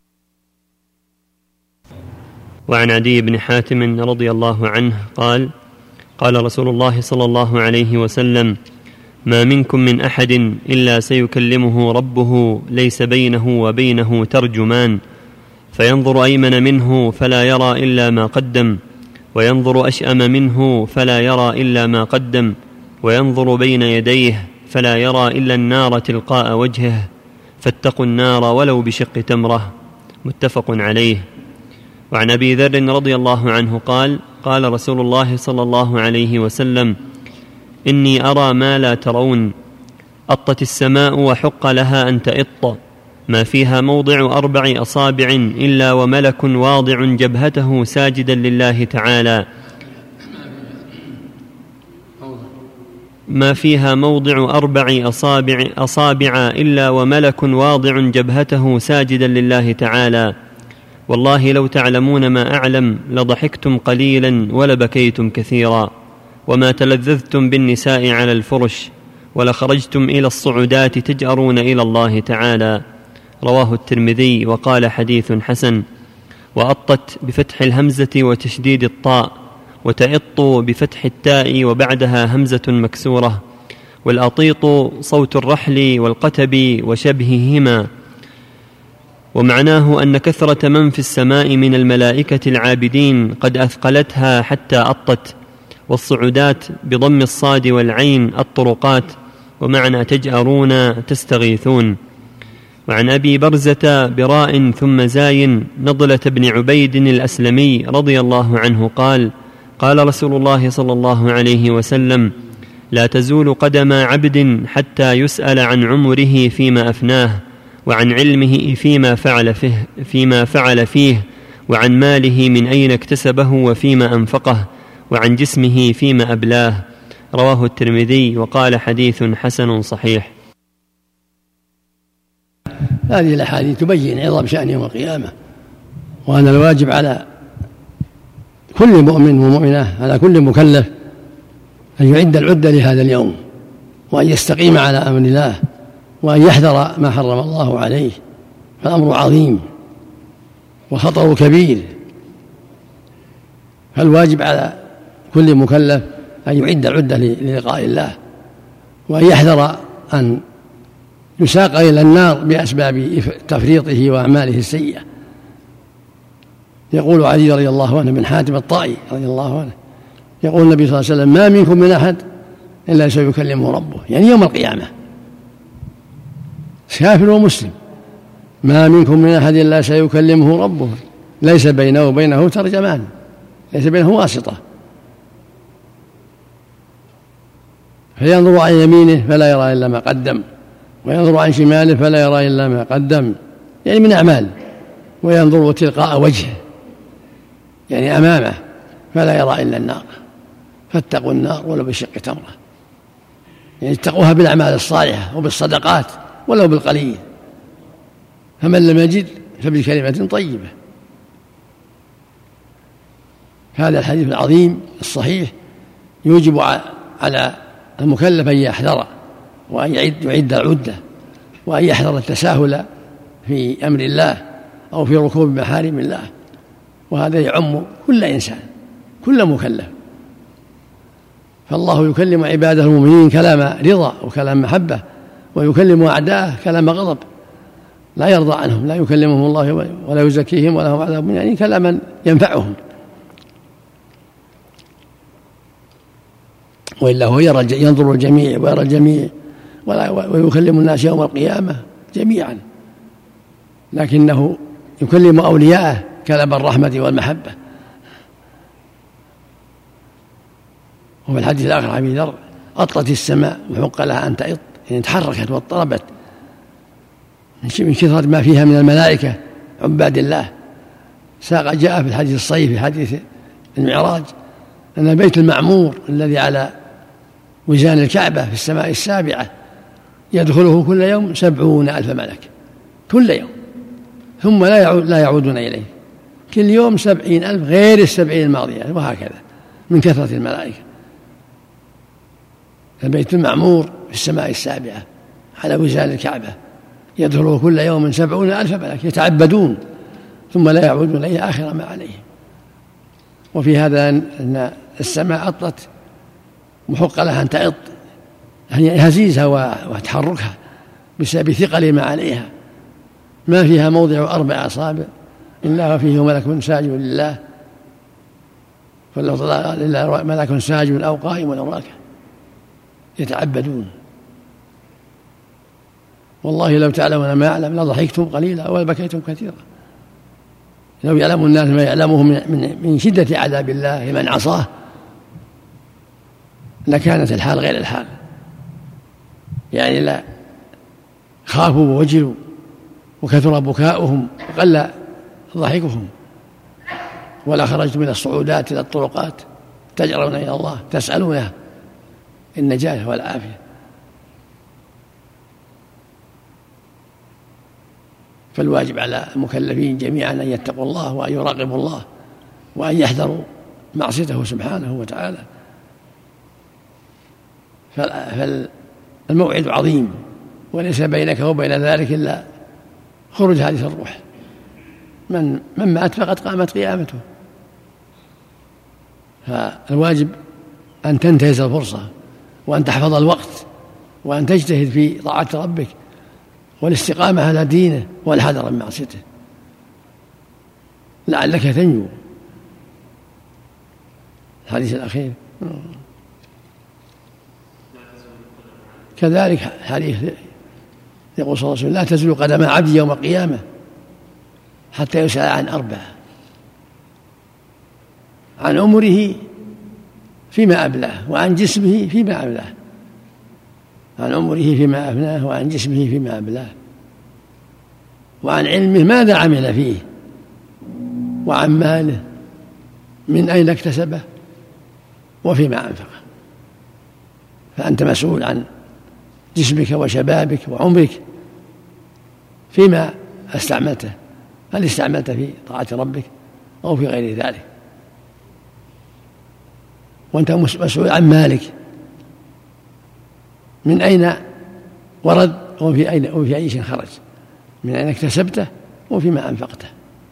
وعن عدي بن حاتم رضي الله عنه قال قال رسول الله صلى الله عليه وسلم ما منكم من أحد إلا سيكلمه ربه ليس بينه وبينه ترجمان، فينظر أيمن منه فلا يرى إلا ما قدم، وينظر أشأم منه فلا يرى إلا ما قدم، وينظر بين يديه فلا يرى إلا النار تلقاء وجهه، فاتقوا النار ولو بشق تمرة. متفق عليه. وعن أبي ذر رضي الله عنه قال قال رسول الله صلى الله عليه وسلم إني أرى ما لا ترون، أطت السماء وحق لها أن تئط، ما فيها موضع أربع أصابع إلا وملك واضع جبهته ساجدا لله تعالى، ما فيها موضع أربع أصابع, أصابع إلا وملك واضع جبهته ساجدا لله تعالى، والله لو تعلمون ما أعلم لضحكتم قليلا ولبكيتم كثيرا، وما تلذذتم بالنساء على الفرش، ولخرجتم إلى الصعودات تجأرون إلى الله تعالى. رواه الترمذي وقال حديث حسن. وأطت بفتح الهمزة وتشديد الطاء، وتئط بفتح التاء وبعدها همزة مكسورة. والأطيط صوت الرحل والقتب وشبههما. ومعناه أن كثرة من في السماء من الملائكة العابدين قد أثقلتها حتى أطت. والصعودات بضم الصاد والعين الطرقات، ومعنى تجأرون تستغيثون. وعن أبي برزة براء ثم زاي نضلة بن عبيد الأسلمي رضي الله عنه قال قال رسول الله صلى الله عليه وسلم لا تزول قدم عبد حتى يسأل عن عمره فيما أفناه، وعن علمه فيما فعل فيه, فيما فعل فيه وعن ماله من أين اكتسبه وفيما أنفقه، وعن جسمه فيما أبلاه. رواه الترمذي وقال حديث حسن صحيح. هذه الأحاديث تبين عظم شأن يوم القيامة، وأن الواجب على كل مؤمن ومؤمنة، على كل مكلف، أن يعد العدة لهذا اليوم، وأن يستقيم على أمر الله، وأن يحذر ما حرم الله عليه. فالأمر عظيم وخطر كبير، فالواجب على كل مكلف أن يعد العدة للقاء الله، وأن يحذر أن يساق إلى النار بأسباب تفريطه وأعماله السيئة. يقول علي رضي الله عنه بن حاتم الطائي رضي الله عنه، يقول النبي صلى الله عليه وسلم: ما منكم من أحد إلا سيكلمه ربه، يعني يوم القيامة، كافر ومسلم، ما منكم من أحد إلا سيكلمه ربه ليس بينه وبينه ترجمان، ليس بينه واسطة، فينظر عن يمينه فلا يرى إلا ما قدم، وينظر عن شماله فلا يرى إلا ما قدم، يعني من أعمال، وينظر تلقاء وجهه يعني أمامه فلا يرى إلا النار، فاتقوا النار ولو بشق تمرة، يعني اتقوها بالأعمال الصالحة وبالصدقات ولو بالقليل، فمن لم يجد فبكلمة طيبة. هذا الحديث العظيم الصحيح يوجب على المكلف أن يحذر وأن يعد, يعد العدة، وأن يحذر التساهل في أمر الله أو في ركوب محارم الله، وهذا يعم كل إنسان كل مكلف. فالله يكلم عباده المؤمنين كلام رضا وكلام محبة، ويكلم أعداءه كلام غضب، لا يرضى عنهم، لا يكلمهم الله ولا يزكيهم ولا هم عذاب، يعني كلاما ينفعهم، وإلا هو يرى ينظر الجميع ويرى الجميع ويكلم الناس يوم القيامة جميعا، لكنه يكلم أولياءه كلام الرحمة والمحبة. وفي الحديث الآخر أبي ذر: أطلت السماء وحق لها أن تأط، يعني تحركت واضطربت من كثرة ما فيها من الملائكة عباد الله. ساق جاء في الحديث الصحيح في حديث المعراج أن البيت المعمور الذي على وزان الكعبة في السماء السابعة يدخله كل يوم سبعون ألف ملك كل يوم، ثم لا يعود لا يعودون إليه، كل يوم سبعين ألف غير السبعين الماضية، وهكذا من كثرة الملائكة. البيت المعمور في السماء السابعة على وزان الكعبة يدخله كل يوم سبعون ألف ملك يتعبدون ثم لا يعودون إليه آخر ما عليهم. وفي هذا أن السماء أطلت محق لها أن تأط، يعني هزيزها وتحركها بسبب ثقل ما عليها، ما فيها موضع أربع أصابع إلا وفيه ملك ساجد لله، فلو إلا ملك ساجد أو قائم أو راكع يتعبدون. والله لو تعلمون ما أعلم لضحكتم قليلا ولبكيتم كثيرا. لو يعلم الناس ما يعلمه من, من شدة عذاب الله لمن عصاه لكانت الحال غير الحال، يعني لا خافوا ووجلوا وكثر بكاؤهم وقل ضحكهم، ولا خرجتم من الصعودات إلى الطرقات تجرون إلى الله تسألونه النجاة والعافية. فالواجب على المكلفين جميعا أن يتقوا الله وأن يراقبوا الله وأن يحذروا معصيته سبحانه وتعالى. فالموعد عظيم وليس بينك وبين ذلك إلا خروج هذه الروح، من من مات فقد قامت قيامته. فالواجب أن تنتهز الفرصة وأن تحفظ الوقت وأن تجتهد في طاعة ربك والاستقامة على دينه والحذر من معصيته لعلك تنجو. الحديث الأخير كذلك حديث يقول صلى الله عليه وسلم: لا تزول قدم عبد يوم القيامة حتى يسأل عن أربعة: عن عمره فيما أبلاه، وعن جسمه فيما أبلاه، عن عمره فيما أفناه، وعن جسمه فيما أبلاه، وعن علمه ماذا عمل فيه، وعن ماله من أين اكتسبه، وفيما أنفقه. فأنت مسؤول عن جسمك وشبابك وعمرك فيما استعملته، هل استعملت في طاعة ربك أو في غير ذلك؟ وأنت مسؤول عن مالك من أين ورد وفي أين وفي أي شيء خرج، من أين اكتسبته وفيما أنفقته.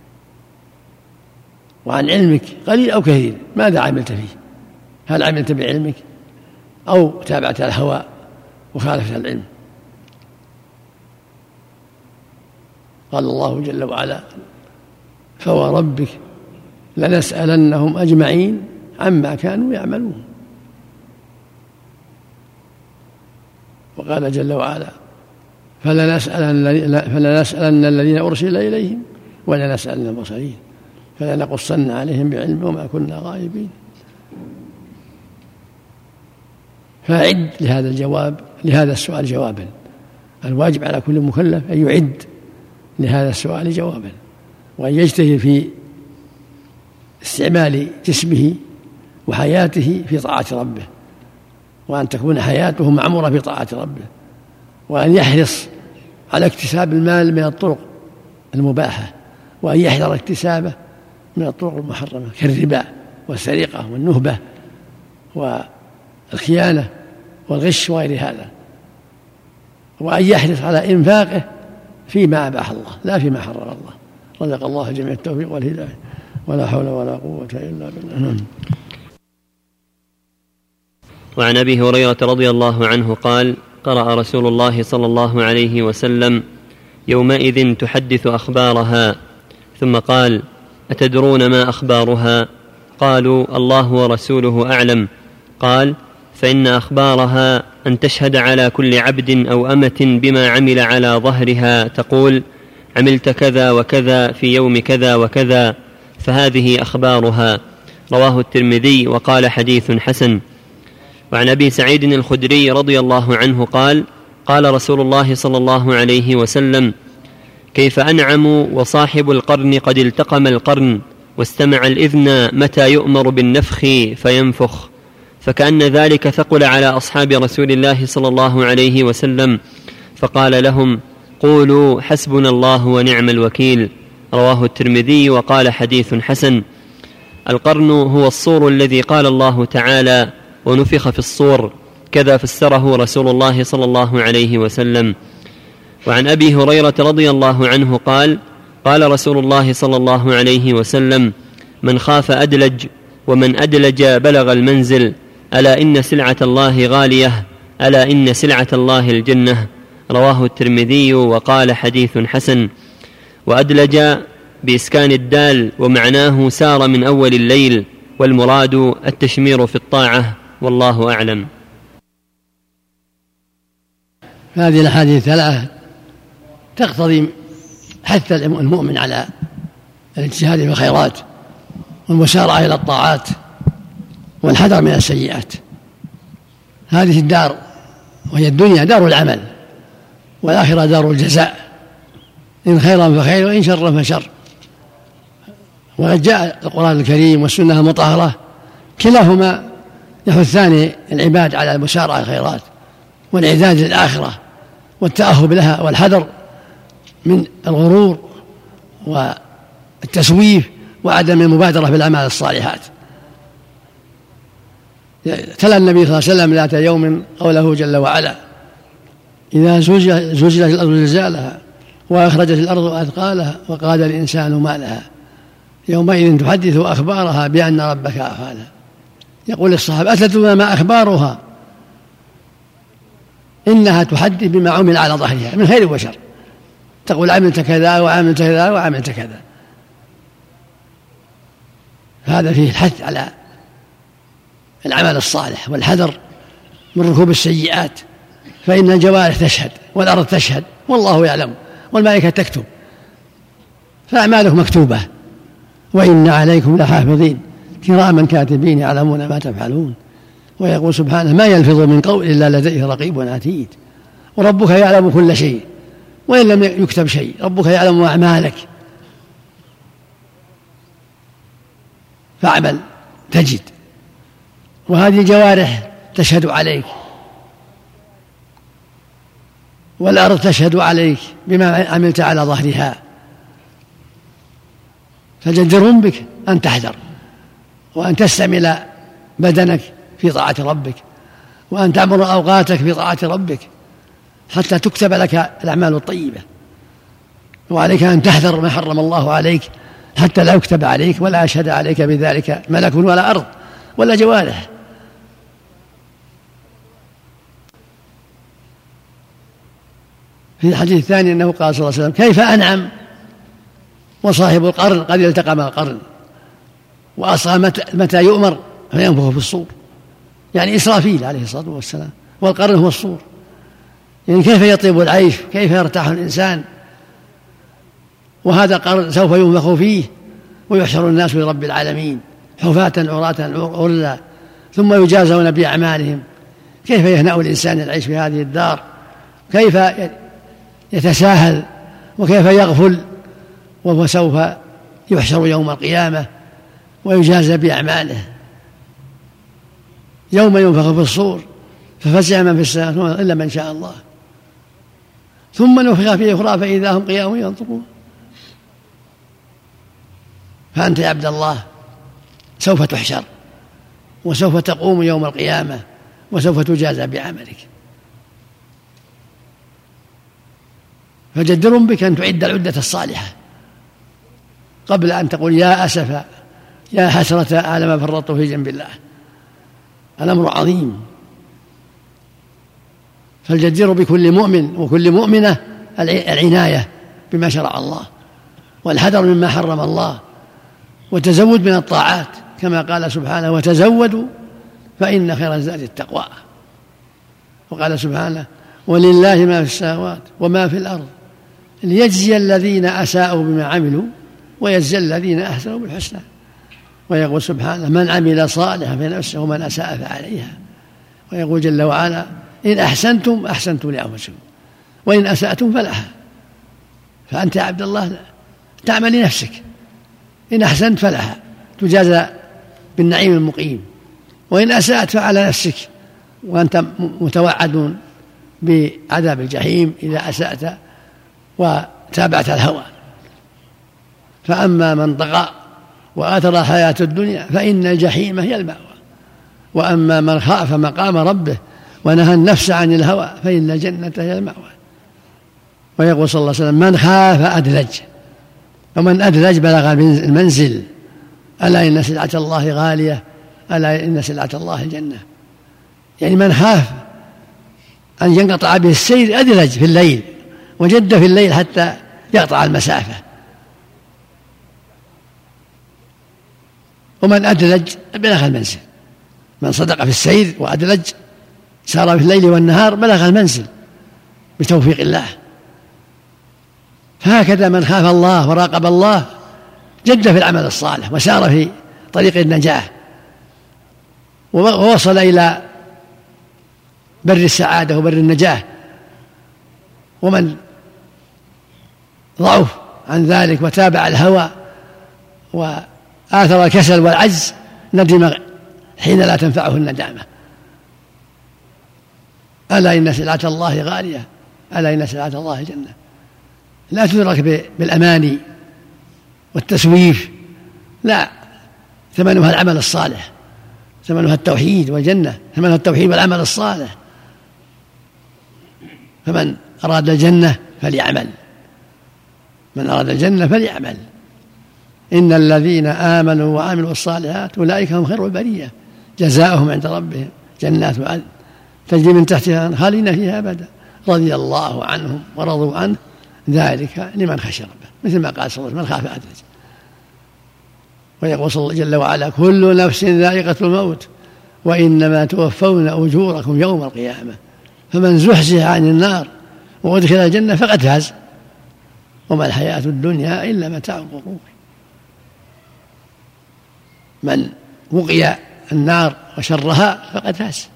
وعن علمك قليل أو كثير ماذا عملت فيه، هل عملت بعلمك أو تابعت الهوى وخالفت العلم؟ قال الله جل وعلا: فوربك لنسألنهم أجمعين عما كانوا يعملون. وقال جل وعلا فلنسألن, فلنسألن الذين أرسل إليهم ولنسألن المرسلين فلنقصن عليهم بعلم وما كنا غائبين. فأعد لهذا الجواب لهذا السؤال جوابا. الواجب على كل مكلف أن يعد لهذا السؤال جوابا، وأن يجتهد في استعمال جسمه وحياته في طاعة ربه، وأن تكون حياته معمورة في طاعة ربه، وأن يحرص على اكتساب المال من الطرق المباحة، وأن يحذر اكتسابه من الطرق المحرمة كالربا والسرقة والنهبة والخيانة والغش وغير هذا، وأن يحرص على إنفاقه فيما أباح الله لا فيما حرم الله. رزق الله جميع التوفيق والهداية، ولا حول ولا قوة إلا بالله. وعن أبي هريرة رضي الله عنه قال: قرأ رسول الله صلى الله عليه وسلم: يومئذ تحدث أخبارها، ثم قال: أتدرون ما أخبارها؟ قالوا: الله ورسوله أعلم. قال: فإن أخبارها أن تشهد على كل عبد أو أمة بما عمل على ظهرها تقول: عملت كذا وكذا في يوم كذا وكذا، فهذه أخبارها. رواه الترمذي وقال: حديث حسن. وعن أبي سعيد الخدري رضي الله عنه قال: قال رسول الله صلى الله عليه وسلم: كيف أنعم وصاحب القرن قد التقم القرن واستمع الإذن متى يؤمر بالنفخ فينفخ. فكأن ذلك ثقل على أصحاب رسول الله صلى الله عليه وسلم، فقال لهم: قولوا حسبنا الله ونعم الوكيل. رواه الترمذي وقال: حديث حسن. القرن هو الصور الذي قال الله تعالى: ونفخ في الصور، كذا فسره رسول الله صلى الله عليه وسلم. وعن أبي هريرة رضي الله عنه قال: قال رسول الله صلى الله عليه وسلم: من خاف أدلج، ومن أدلج بلغ المنزل، ألا إن سلعة الله غالية، ألا إن سلعة الله الجنة. رواه الترمذي وقال: حديث حسن. وأدلج بإسكان الدال، ومعناه سار من أول الليل، والمراد التشمير في الطاعة، والله أعلم. هذه الأحاديث الثلاثة تقتضي حث المؤمن على الاجتهاد في الخيرات والمسارعة إلى الطاعات والحذر من السيئات. هذه الدار وهي الدنيا دار العمل، والآخرة دار الجزاء، إن خيرا فخير وإن شرا فشر. وقد جاء القرآن الكريم والسنة المطهرة كلاهما يحثان العباد على المسارعة الخيرات والإعداد للآخرة والتأهب لها والحذر من الغرور والتسويف وعدم المبادرة بالأعمال الصالحات. تلا النبي صلى الله عليه وسلم ذات يوم قوله جل وعلا: إذا زلزلت الأرض زلزالها وأخرجت الأرض أثقالها وقال الإنسان ما لها يومئذ تحدث أخبارها بأن ربك أوحى. يقول الصحابة: أتدرون ما أخبارها؟ إنها تحدث بما عمل على ظهرها من خير وشر، تقول عملت كذا وعملت كذا وعملت كذا. هذا فيه الحث على العمل الصالح والحذر من ركوب السيئات، فإن الجوارح تشهد والأرض تشهد والله يعلم والملائكة تكتب، فأعمالك مكتوبة. وإن عليكم لحافظين كراما كاتبين يعلمون ما تفعلون. ويقول سبحانه: ما يلفظ من قول إلا لديه رقيب عتيد. وربك يعلم كل شيء وإن لم يكتب شيء، ربك يعلم أعمالك، فاعمل تجد. وهذه الجوارح تشهد عليك، والأرض تشهد عليك بما عملت على ظهرها، فجدر بك أن تحذر وأن تستعمل بدنك في طاعة ربك، وأن تعمر أوقاتك في طاعة ربك حتى تكتب لك الأعمال الطيبة. وعليك أن تحذر ما حرم الله عليك حتى لا يكتب عليك ولا يشهد عليك بذلك ملك ولا أرض ولا جوارح. في الحديث الثاني أنه قال صلى الله عليه وسلم: كيف أنعم وصاحب القرن قد التقم القرن. وأصغى متى يؤمر فينفخ في الصور، يعني إسرافيل عليه الصلاة والسلام، والقرن هو الصور. يعني كيف يطيب العيش، كيف يرتاح الإنسان، وهذا قرن سوف ينفخ فيه ويحشر الناس لرب العالمين حفاة عراة غرلا ثم يجازون بأعمالهم. كيف يهنأ الإنسان العيش في هذه الدار، كيف يتساهل وكيف يغفل، وهو سوف يحشر يوم القيامة ويجازى بأعماله. يوم ينفخ في الصور ففزع من في السماوات إلا من شاء الله، ثم نفخ فيه أخرى فإذا هم قيام ينظرون. فأنت يا عبد الله سوف تحشر وسوف تقوم يوم القيامة وسوف تجازى بعملك، فجدر بك أن تعد العدة الصالحة قبل أن تقول يا أسفا يا حسرة على ما فرطت في جنب الله. الأمر عظيم، فالجدير بكل مؤمن وكل مؤمنة العناية بما شرع الله والحذر مما حرم الله وتزود من الطاعات، كما قال سبحانه وتزودوا فإن خير الزاد التقوى. وقال سبحانه ولله ما في السماوات وما في الأرض ليجزي الذين أساءوا بما عملوا ويجزي الذين أحسنوا بالحسنى. ويقول سبحانه من عمل صالحا فلنفسه ومن أساء فعليها. ويقول جل وعلا إن أحسنتم أحسنتم لأنفسكم وإن أسأتم فلها. فأنت يا عبد الله تعمل لنفسك، إن أحسنت فلها تجازى بالنعيم المقيم، وإن أسأت فعلى نفسك وأنت متوعد بعذاب الجحيم إذا أسأت وتابعت الهوى. فأما من طغى وآثر الحياة الدنيا فإن الجحيم هي المأوى، وأما من خاف مقام ربه ونهى النفس عن الهوى فإن الجنة هي المأوى. ويقول صلى الله عليه وسلم من خاف أدلج، ومن أدلج بلغ المنزل. ألا إن سلعة الله غالية، ألا إن سلعة الله الجنة. يعني من خاف أن ينقطع به السير أدلج في الليل وجد في الليل حتى يقطع المسافة. ومن أدلج بلغ المنزل، من صدق في السير وأدلج سار في الليل والنهار بلغ المنزل بتوفيق الله. فهكذا من خاف الله وراقب الله جد في العمل الصالح وسار في طريق النجاة ووصل إلى بر السعادة وبر النجاة. ومن ضعف عن ذلك وتابع الهوى وآثر الكسل والعجز ندم حين لا تنفعه الندامة. ألا إن سلعة الله غالية، ألا إن سلعة الله الجنة. لا تدرك بالأماني والتسويف، لا، ثمنها العمل الصالح، ثمنها التوحيد والجنة، ثمنها التوحيد والعمل الصالح. فمن أراد الجنة فليعمل، من أراد الجنة فليعمل. إن الذين آمنوا وعملوا الصالحات أولئك هم خير البرية جزاؤهم عند ربهم جنات عدن تجري من تحتها خالدين فيها أبدا رضي الله عنهم ورضوا عنه ذلك لمن خشي ربه، مثل ما قال صلى الله عليه وسلم من خاف أدلج. ويقول صلى الله جل وعلا كل نفس ذائقة الموت وإنما توفون أجوركم يوم القيامة فمن زحزح عن النار وأدخل الجنة فقد فاز وما الحياة الدنيا إلا متاع الغرور. من وقي النار وشرها فقد فاز.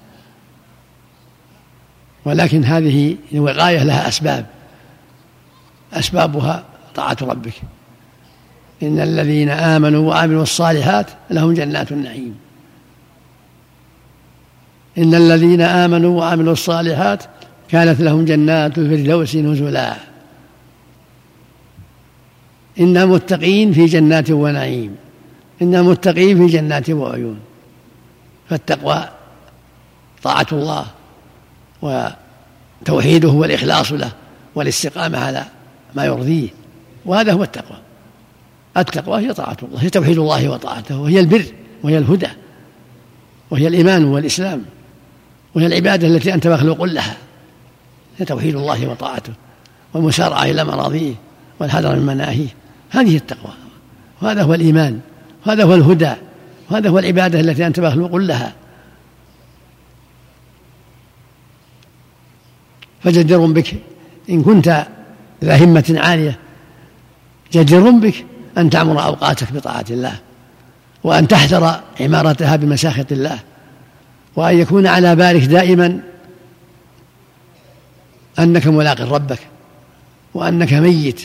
ولكن هذه الوقاية لها أسباب، أسبابها طاعة ربك. إن الذين آمنوا وعملوا الصالحات لهم جنات النعيم. إن الذين آمنوا وعملوا الصالحات كانت لهم جنات الفردوس نزلا. إن متقين في جنات ونعيم، إن متقين في جنات وعيون. فالتقوى طاعة الله وتوحيده والإخلاص له والاستقامة على ما يرضيه، وهذا هو التقوى. التقوى هي طاعة الله، هي توحيد الله وطاعته، وهي البر وهي الهدى وهي الإيمان والإسلام وهي العبادة التي أنت مخلوق لها. هي توحيد الله وطاعته والمسارعة إلى مراضيه والحذر من مناهيه. هذه التقوى، وهذا هو الإيمان، وهذا هو الهدى، هذا هو العبادة التي أنت مخلوق لها. فجدير بك إن كنت ذا همة عالية، جدير بك أن تعمر أوقاتك بطاعة الله، وأن تحذر عمارتها بمساخط الله، وأن يكون على بالك دائما أنك ملاق ربك وأنك ميت.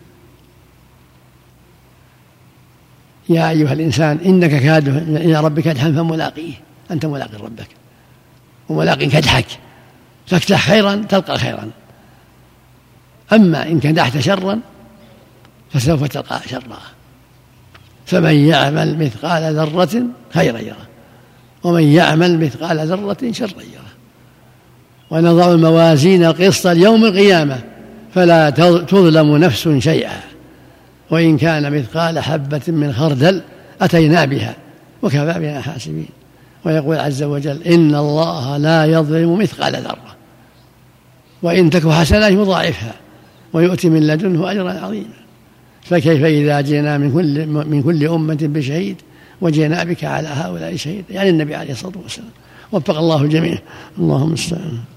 يا أيها الإنسان إنك كادح إلى ربك كدحا فملاقيه، أنت ملاق ربك وملاق كدحك، فاكدح خيرا تلقى خيرا، أما إن كدحت شرا فسوف تلقى شرا. فمن يعمل مثقال ذرة خيرا يره، ومن يعمل مثقال ذرة شرا يره. ونضع الموازين القسط ليوم القيامة فلا تظلم نفس شيئا وإن كان مثقال حبة من خردل أتينا بها وكفى بنا حاسبين. ويقول عز وجل إن الله لا يظلم مثقال ذرة وإن تك حسنة يضاعفها ويؤتي من لدنه أجرا عظيما. فكيف إذا جئنا من كل, من كل أمة بشهيد وجئنا بك على هؤلاء شهيد، يعني النبي عليه الصلاة والسلام. وفق الله الجميع. اللهم استعان.